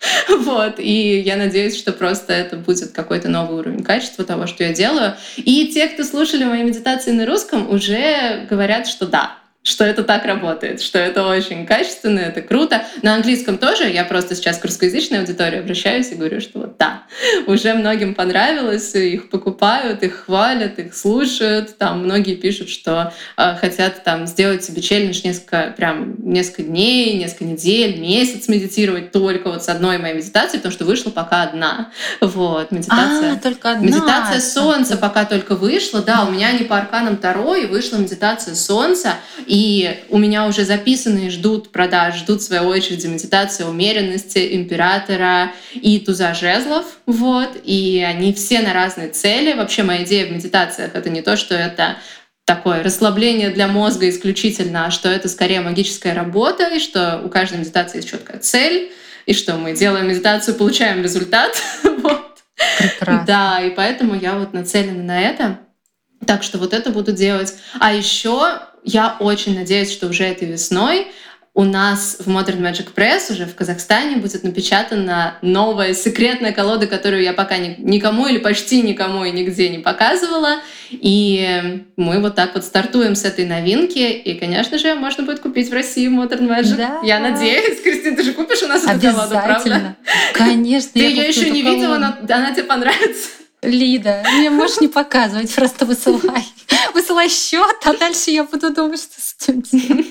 Вот. И я надеюсь, что просто это будет какой-то новый уровень качества того, что я делаю. И те, кто слушали мои медитации на русском, уже говорят, что да, что это так работает, что это очень качественно, это круто. На английском тоже. Я просто сейчас к русскоязычной аудитории обращаюсь и говорю, что вот да, уже многим понравилось, их покупают, их хвалят, их слушают. Там многие пишут, что хотят там сделать себе челлендж несколько дней, несколько недель, месяц медитировать только вот с одной моей медитацией, потому что вышла пока одна. Вот, медитация. Только одна. Медитация Солнца пока только вышла. Да, у меня не по арканам Таро, и вышла медитация Солнца. И у меня уже записанные ждут продаж, ждут в своей очереди медитация умеренности, императора и туза жезлов. Вот. И они все на разные цели. Вообще моя идея в медитациях — это не то, что это такое расслабление для мозга исключительно, а что это скорее магическая работа, и что у каждой медитации есть четкая цель, и что мы делаем медитацию, получаем результат. Вот. Прекрасно. Да, и поэтому я вот нацелена на это. Так что вот это буду делать. А еще я очень надеюсь, что уже этой весной у нас в Modern Magic Press уже в Казахстане будет напечатана новая секретная колода, которую я пока никому или почти никому и нигде не показывала. И мы вот так вот стартуем с этой новинки. И, конечно же, можно будет купить в России Modern Magic. Да. Я надеюсь. Кристина, ты же купишь у нас эту колоду, правда? Обязательно. Конечно. Ты ее еще не видела, но она тебе понравится. Лида, мне можешь не показывать, просто высылай. Высылай счет, а дальше я буду думать, что с этим делать.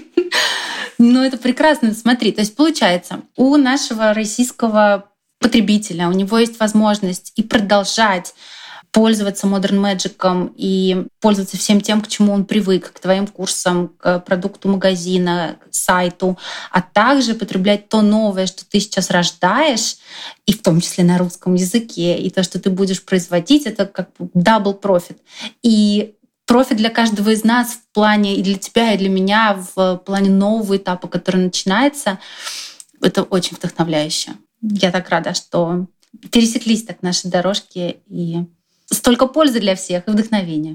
Ну, это прекрасно. Смотри, то есть получается, у нашего российского потребителя, у него есть возможность и продолжать пользоваться Modern Magic и пользоваться всем тем, к чему он привык, к твоим курсам, к продукту магазина, к сайту, а также потреблять то новое, что ты сейчас рождаешь, и в том числе на русском языке, и то, что ты будешь производить, это как бы double profit. И профит для каждого из нас в плане и для тебя, и для меня в плане нового этапа, который начинается, это очень вдохновляюще. Я так рада, что пересеклись так наши дорожки, и столько пользы для всех и вдохновения.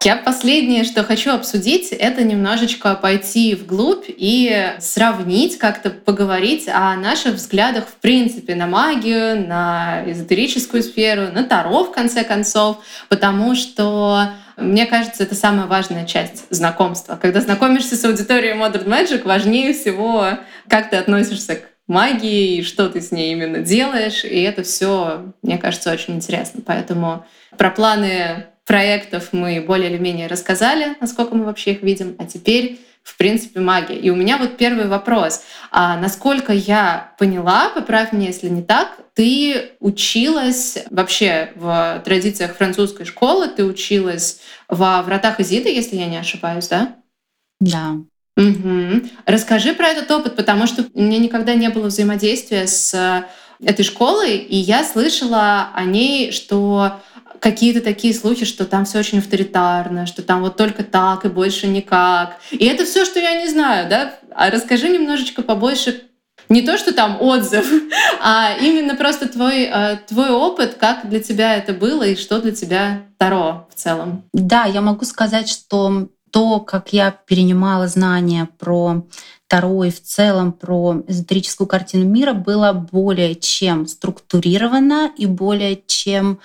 Я последнее, что хочу обсудить, это немножечко пойти вглубь и сравнить, как-то поговорить о наших взглядах в принципе на магию, на эзотерическую сферу, на Таро в конце концов, потому что мне кажется, это самая важная часть знакомства. Когда знакомишься с аудиторией Modern Magic, важнее всего, как ты относишься к магии и что ты с ней именно делаешь. И это все, мне кажется, очень интересно. Поэтому про планы проектов мы более или менее рассказали, насколько мы вообще их видим. А теперь, в принципе, магия. И у меня вот первый вопрос. Насколько я поняла, поправь меня, если не так, ты училась вообще в традициях французской школы, ты училась во «Вратах Изиды», если я не ошибаюсь, да? Да. Угу. Расскажи про этот опыт, потому что у меня никогда не было взаимодействия с этой школой, и я слышала о ней, что какие-то такие слухи, что там все очень авторитарно, что там вот только так и больше никак. И это все, что я не знаю, да? А расскажи немножечко побольше, не то, что там отзыв, а именно просто твой опыт, как для тебя это было и что для тебя Таро в целом. Да, я могу сказать, что то, как я перенимала знания про Таро и в целом про эзотерическую картину мира, было более чем структурировано и более чем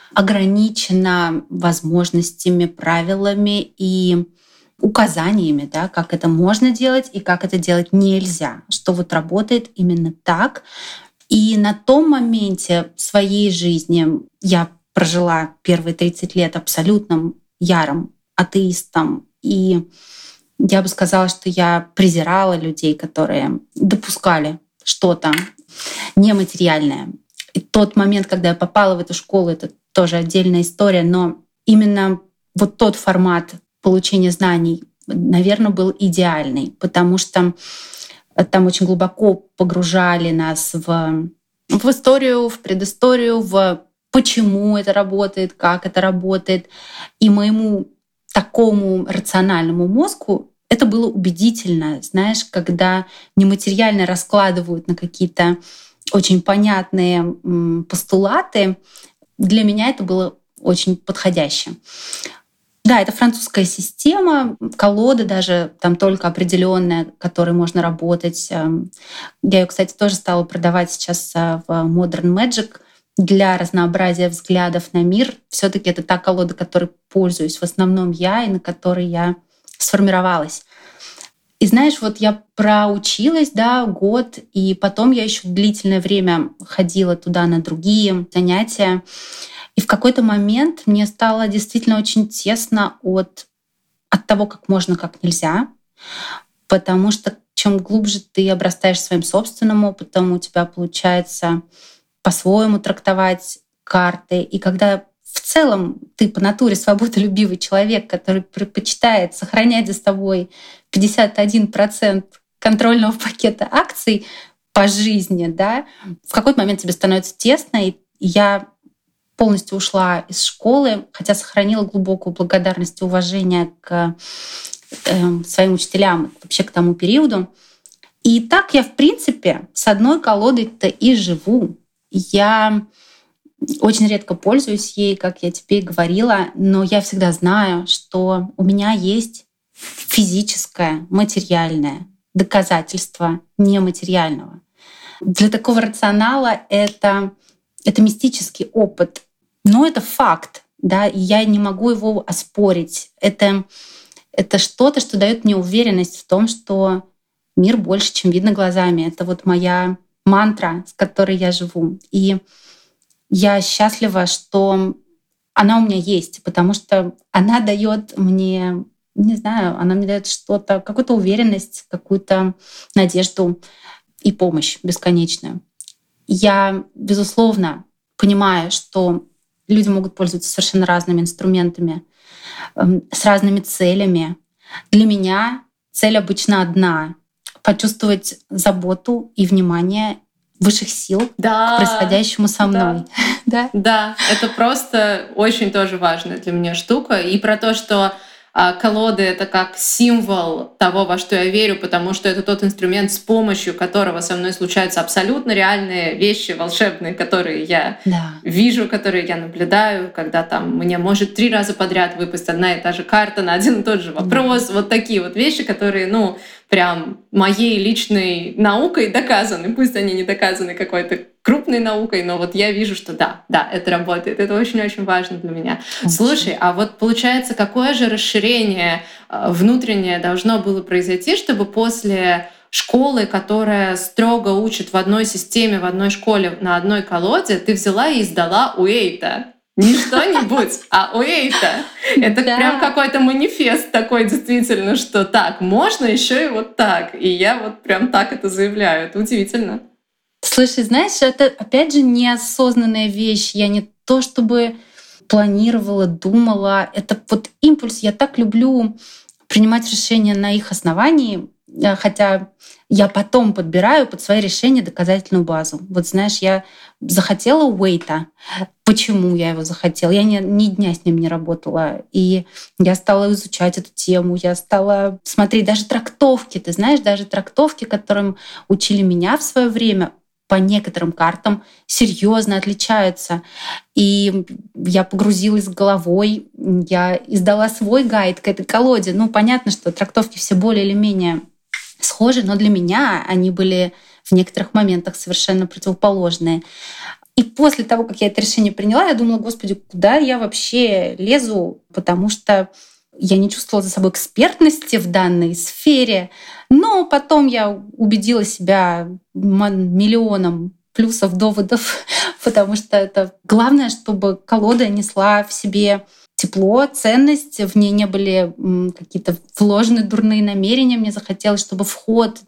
ограничено возможностями, правилами и указаниями, да, как это можно делать и как это делать нельзя, что вот работает именно так. И на том моменте своей жизни я прожила первые 30 лет абсолютным ярым атеистом, и я бы сказала, что я презирала людей, которые допускали что-то нематериальное. И тот момент, когда я попала в эту школу, это тоже отдельная история, но именно вот тот формат получения знаний, наверное, был идеальный, потому что там очень глубоко погружали нас в историю, в предысторию, в почему это работает, как это работает. И моему такому рациональному мозгу это было убедительно, знаешь, когда нематериально раскладывают на какие-то очень понятные постулаты. Для меня это было очень подходяще. Да, это французская система, колода даже там только определенная, которой можно работать. Я ее, кстати, тоже стала продавать сейчас в Modern Magic для разнообразия взглядов на мир. Все-таки это та колода, которой пользуюсь в основном я и на которой я сформировалась. И знаешь, вот я проучилась, да, год, и потом я еще длительное время ходила туда на другие занятия. И в какой-то момент мне стало действительно очень тесно от того, как можно, как нельзя. Потому что чем глубже ты обрастаешь своим собственным опытом, у тебя получается по-своему трактовать карты. И когда в целом ты по натуре свободолюбивый человек, который предпочитает сохранять за собой 51% контрольного пакета акций по жизни, да, в какой-то момент тебе становится тесно, и я полностью ушла из школы, хотя сохранила глубокую благодарность и уважение к своим учителям, вообще к тому периоду. И так я, в принципе, с одной колодой-то и живу. Я очень редко пользуюсь ей, как я тебе и говорила, но я всегда знаю, что у меня есть физическое, материальное доказательство нематериального. Для такого рационала это мистический опыт, но это факт, да, и я не могу его оспорить. Это что-то, что дает мне уверенность в том, что мир больше, чем видно глазами. Это вот моя мантра, с которой я живу. И я счастлива, что она у меня есть, потому что она дает мне, не знаю, она мне дает что-то, какую-то уверенность, какую-то надежду и помощь бесконечную. Я, безусловно, понимаю, что люди могут пользоваться совершенно разными инструментами, с разными целями. Для меня цель обычно одна — почувствовать заботу и внимание высших сил к происходящему со мной. Да, это просто очень тоже важная для меня штука. И про то, что колоды — это как символ того, во что я верю, потому что это тот инструмент, с помощью которого со мной случаются абсолютно реальные вещи волшебные, которые я вижу, которые я наблюдаю, когда там мне может 3 раза подряд выпасть одна и та же карта на один и тот же вопрос. Вот такие вот вещи, которые, прям моей личной наукой доказаны. Пусть они не доказаны какой-то крупной наукой, но вот я вижу, что да, это работает. Это очень-очень важно для меня. Слушай, а вот получается, какое же расширение внутреннее должно было произойти, чтобы после школы, которая строго учит в одной системе, в одной школе, на одной колоде, ты взяла и сдала Уэйта? Не что-нибудь, а Уэйта. Это прям какой-то манифест такой действительно, что так, можно еще и вот так. И я вот прям так это заявляю. Это удивительно. Слушай, знаешь, это опять же неосознанная вещь. Я не то чтобы планировала, думала. Это вот импульс. Я так люблю принимать решения на их основании, хотя я потом подбираю под свои решения доказательную базу. Вот знаешь, я захотела Уэйта. Почему я его захотела? Я ни дня с ним не работала. И я стала изучать эту тему, я стала смотреть даже трактовки. Ты знаешь, даже трактовки, которым учили меня в свое время, по некоторым картам серьезно отличаются. И я погрузилась головой, я издала свой гайд к этой колоде. Понятно, что трактовки все более или менее схожи, но для меня они были в некоторых моментах совершенно противоположные. И после того, как я это решение приняла, я думала, господи, куда я вообще лезу, потому что я не чувствовала за собой экспертности в данной сфере. Но потом я убедила себя миллионом плюсов, доводов, потому что это главное, чтобы колода несла в себе тепло, ценность, в ней не были какие-то вложены дурные намерения. Мне захотелось, чтобы вход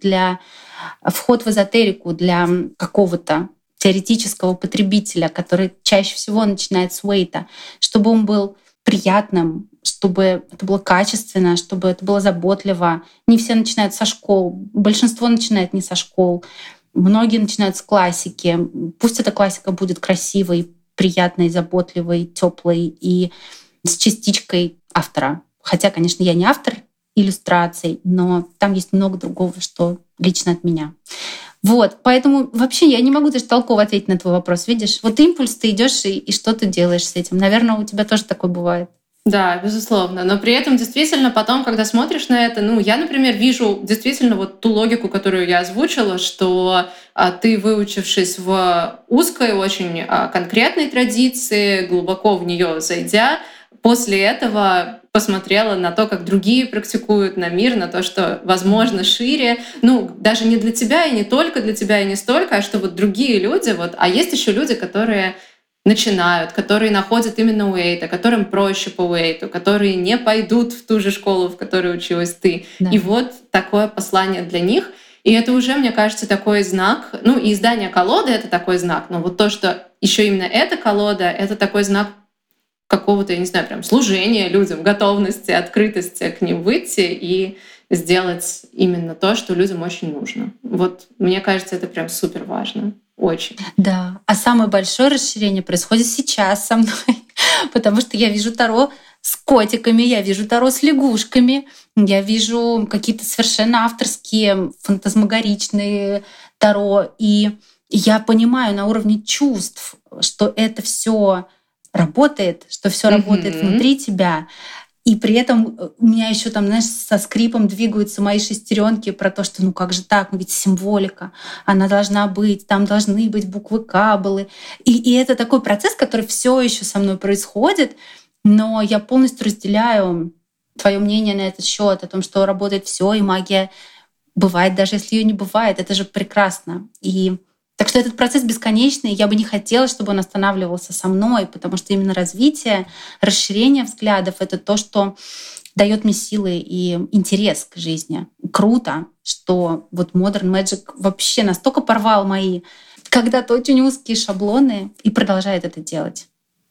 в эзотерику для какого-то теоретического потребителя, который чаще всего начинает с Уэйта, чтобы он был приятным, чтобы это было качественно, чтобы это было заботливо. Не все начинают со школ, большинство начинает не со школ. Многие начинают с классики. Пусть эта классика будет красивой, приятной, заботливой, теплой и с частичкой автора. Хотя, конечно, я не автор иллюстраций, но там есть много другого, что лично от меня. Вот, поэтому вообще я не могу даже толково ответить на твой вопрос. Видишь, вот импульс, ты идешь и что ты делаешь с этим. Наверное, у тебя тоже такое бывает. Да, безусловно. Но при этом действительно потом, когда смотришь на это, я, например, вижу действительно вот ту логику, которую я озвучила, что ты, выучившись в узкой, очень конкретной традиции, глубоко в нее зайдя, после этого посмотрела на то, как другие практикуют, на мир, на то, что возможно шире. Даже не для тебя и не только для тебя и не столько, а что вот другие люди, а есть еще люди, которые начинают, которые находят именно Уэйта, которым проще по Уэйту, которые не пойдут в ту же школу, в которой училась ты. Да. И вот такое послание для них. И это уже, мне кажется, такой знак. И издание колоды — это такой знак. Но вот то, что еще именно эта колода — это такой знак какого-то, я не знаю, прям служения людям, готовности, открытости к ним выйти и сделать именно то, что людям очень нужно. Вот мне кажется, это прям супер важно. Очень. Да. А самое большое расширение происходит сейчас со мной, потому что я вижу Таро с котиками, я вижу Таро с лягушками, я вижу какие-то совершенно авторские, фантазмагоричные Таро. И я понимаю на уровне чувств, что это все работает, что все работает внутри тебя. И при этом у меня еще там, знаешь, со скрипом двигаются мои шестеренки про то, что как же так, ведь символика, она должна быть, там должны быть буквы каббалы. И это такой процесс, который все еще со мной происходит, но я полностью разделяю твое мнение на этот счет, о том, что работает все, и магия бывает, даже если ее не бывает, это же прекрасно. Так что этот процесс бесконечный, я бы не хотела, чтобы он останавливался со мной, потому что именно развитие, расширение взглядов — это то, что дает мне силы и интерес к жизни. Круто, что вот Modern Magic вообще настолько порвал мои когда-то очень узкие шаблоны и продолжает это делать.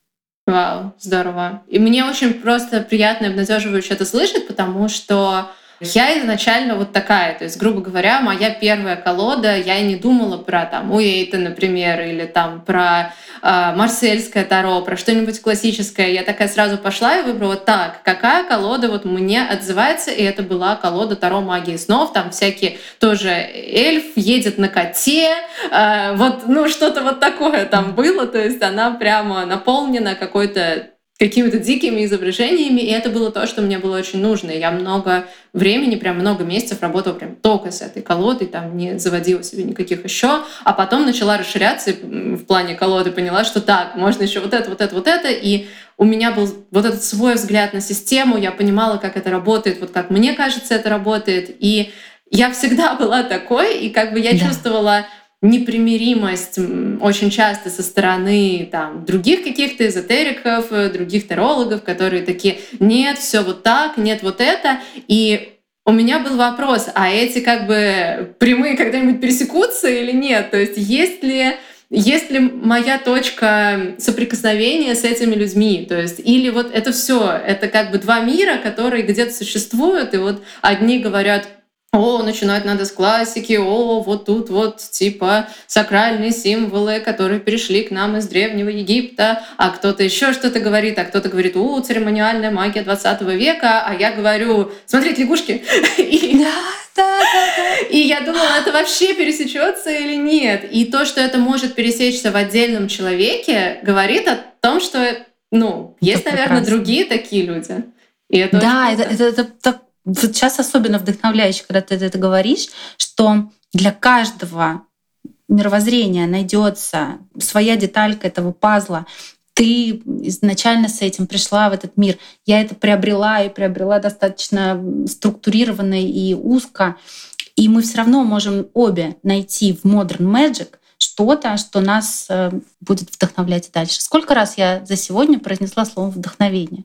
Вау, здорово. И мне очень просто приятно и обнадеживающе это слышать, потому что Я изначально вот такая, то есть, грубо говоря, моя первая колода, я и не думала про там Уэйта, например, или там про марсельское таро, про что-нибудь классическое. Я такая сразу пошла и выбрала, так, какая колода вот мне отзывается, и это была колода Таро магии снов, там всякие тоже эльф едет на коте, вот, ну, что-то вот такое там было, то есть она прямо наполнена какими-то дикими изображениями, и это было то, что мне было очень нужно. Я много времени, прям много месяцев работала прям только с этой колодой, там не заводила себе никаких еще, а потом начала расширяться в плане колоды, поняла, что так, можно еще вот это, вот это, вот это, и у меня был вот этот свой взгляд на систему, я понимала, как это работает, вот как мне кажется, это работает, и я всегда была такой, и как бы я чувствовала непримиримость очень часто со стороны там, других каких-то эзотериков, других тарологов, которые такие: нет, все вот так, нет, вот это. И у меня был вопрос, а эти как бы прямые когда-нибудь пересекутся или нет? То есть есть ли моя точка соприкосновения с этими людьми? То есть, или вот это все, это как бы два мира, которые где-то существуют, и вот одни говорят: начинать надо с классики, вот тут вот типа сакральные символы, которые перешли к нам из Древнего Египта, а кто-то еще что-то говорит, а кто-то говорит: церемониальная магия 20 века, а я говорю: смотрите, лягушки. И я думала, это вообще пересечется или нет. И то, что это может пересечься в отдельном человеке, говорит о том, что, есть, наверное, другие такие люди. И это это так. Вот сейчас особенно вдохновляюще, когда ты это говоришь, что для каждого мировоззрения найдется своя деталька этого пазла. Ты изначально с этим пришла в этот мир. Я это приобрела и приобрела достаточно структурированно и узко. И мы все равно можем обе найти в Modern Magic что-то, что нас будет вдохновлять дальше. Сколько раз я за сегодня произнесла слово «вдохновение»?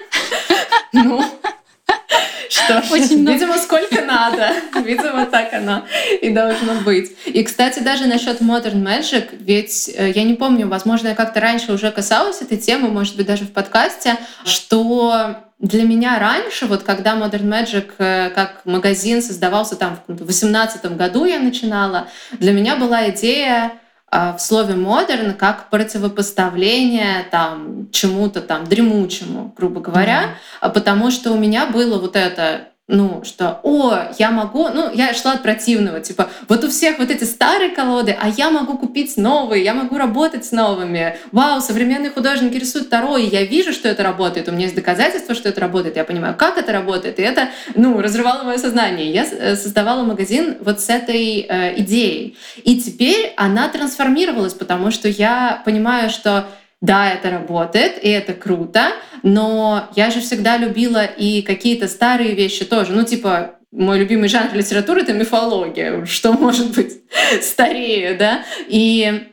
Что ж, видимо, сколько надо. Видимо, так оно и должно быть. И, кстати, даже насчет Modern Magic, ведь я не помню, возможно, я как-то раньше уже касалась этой темы, может быть, даже в подкасте, что для меня раньше, вот когда Modern Magic как магазин создавался там в 2018 году, я начинала, для меня была идея в слове «модерн» как противопоставление там, чему-то там дремучему, грубо говоря, потому что у меня было вот это, что я могу, я шла от противного, типа, вот у всех вот эти старые колоды, а я могу купить новые, я могу работать с новыми. Вау, современные художники рисуют таро, и я вижу, что это работает, у меня есть доказательства, что это работает, я понимаю, как это работает, и это, разрывало мое сознание. Я создавала магазин вот с этой идеей, и теперь она трансформировалась, потому что я понимаю, что да, это работает, и это круто, но я же всегда любила и какие-то старые вещи тоже. Мой любимый жанр литературы — это мифология. Что может быть старее, да? И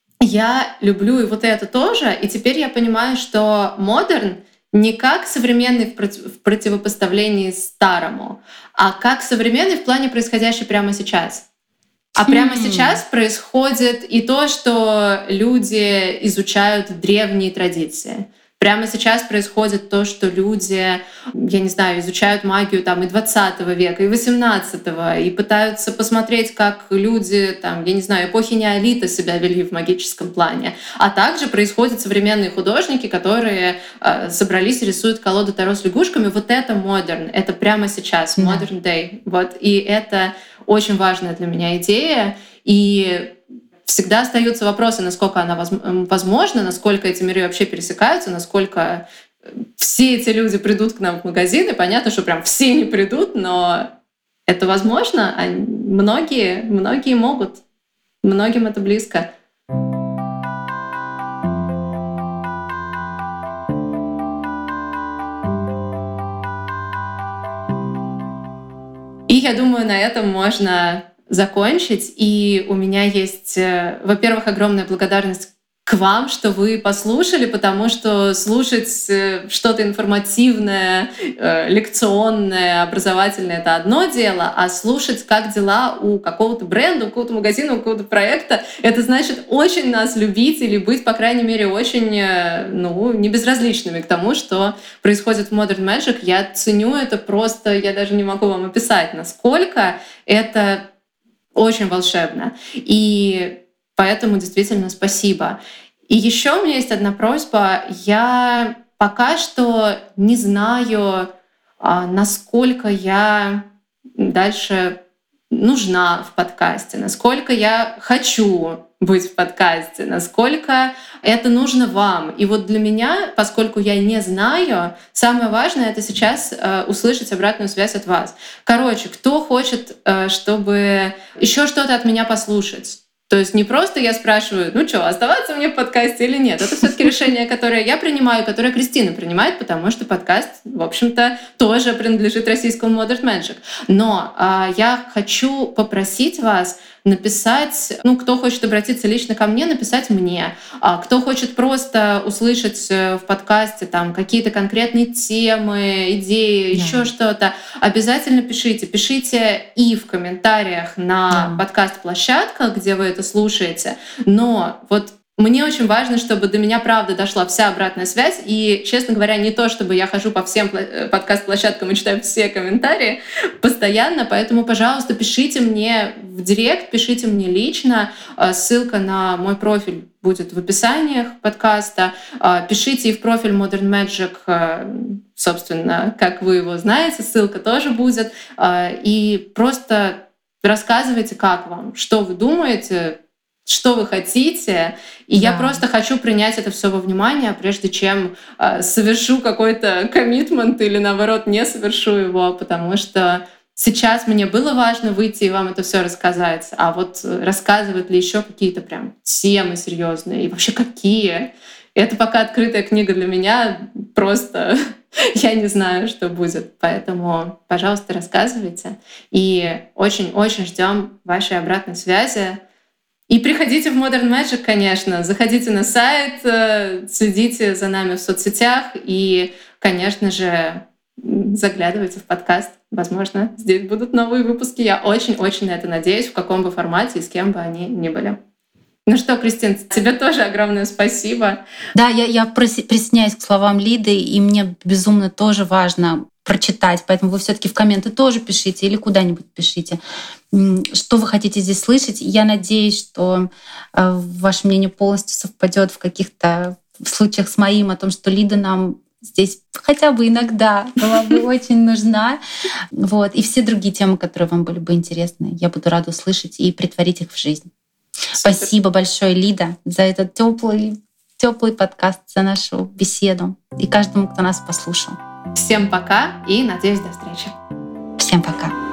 я люблю и вот это тоже. И теперь я понимаю, что модерн не как современный в противопоставлении старому, а как современный в плане происходящего прямо сейчас. А прямо сейчас происходит и то, что люди изучают древние традиции. Прямо сейчас происходит то, что люди, изучают магию там, и 20 века, и 18-го, и пытаются посмотреть, как люди эпохи неолита себя вели в магическом плане. А также происходят современные художники, которые собрались и рисуют колоду Таро с лягушками. Вот это модерн, это прямо сейчас, modern day. Вот. И это очень важная для меня идея. И всегда остаются вопросы, насколько она возможна, насколько эти миры вообще пересекаются, насколько все эти люди придут к нам в магазин. И понятно, что прям все не придут, но это возможно. А многие могут. Многим это близко. И я думаю, на этом можно закончить. И у меня есть, во-первых, огромная благодарность к вам, что вы послушали, потому что слушать что-то информативное, лекционное, образовательное — это одно дело, а слушать, как дела у какого-то бренда, у какого-то магазина, у какого-то проекта, это значит очень нас любить или быть, по крайней мере, очень не безразличными к тому, что происходит в Modern Magic. Я ценю это просто, я даже не могу вам описать, насколько это очень волшебно. И поэтому действительно спасибо. И еще у меня есть одна просьба. Я пока что не знаю, насколько я дальше нужна в подкасте, насколько я хочу быть в подкасте, насколько это нужно вам. И вот для меня, поскольку я не знаю, самое важное — это сейчас услышать обратную связь от вас. Короче, кто хочет, чтобы еще что-то от меня послушать? То есть не просто я спрашиваю, ну что, оставаться мне в подкасте или нет. Это все-таки решение, которое я принимаю, которое Кристина принимает, потому что подкаст, в общем-то, тоже принадлежит российскому Modern Magic. Но я хочу попросить вас написать, кто хочет обратиться лично ко мне, написать мне. Кто хочет просто услышать в подкасте там какие-то конкретные темы, идеи, еще что-то, обязательно пишите. Пишите и в комментариях на подкаст-площадках, где вы это слушаете. Но вот мне очень важно, чтобы до меня правда дошла вся обратная связь. И, честно говоря, не то, чтобы я хожу по всем подкаст-площадкам и читаю все комментарии постоянно. Поэтому, пожалуйста, пишите мне в директ, пишите мне лично. Ссылка на мой профиль будет в описании подкаста. Пишите и в профиль Modern Magic, собственно, как вы его знаете, ссылка тоже будет. И просто рассказывайте, как вам, что вы думаете, что вы хотите. И я просто хочу принять это все во внимание, прежде чем совершу какой-то коммитмент или, наоборот, не совершу его, потому что сейчас мне было важно выйти и вам это все рассказать. А вот рассказывают ли еще какие-то прям темы серьезные и вообще какие? Это пока открытая книга для меня, просто я не знаю, что будет. Поэтому, пожалуйста, рассказывайте. И очень-очень ждем вашей обратной связи. И приходите в Modern Magic, конечно. Заходите на сайт, следите за нами в соцсетях и, конечно же, заглядывайте в подкаст. Возможно, здесь будут новые выпуски. Я очень-очень на это надеюсь, в каком бы формате и с кем бы они ни были. Ну что, Кристин, тебе тоже огромное спасибо. Да, я присоединяюсь к словам Лиды, и мне безумно тоже важно прочитать, поэтому вы все-таки в комменты тоже пишите или куда-нибудь пишите, что вы хотите здесь слышать. Я надеюсь, что ваше мнение полностью совпадет в каких-то случаях с моим, о том, что Лида нам здесь хотя бы иногда была бы очень нужна. Вот. И все другие темы, которые вам были бы интересны, я буду рада услышать и претворить их в жизнь. Супер. Спасибо большое, Лида, за этот теплый подкаст, за нашу беседу и каждому, кто нас послушал. Всем пока и надеюсь, до встречи. Всем пока.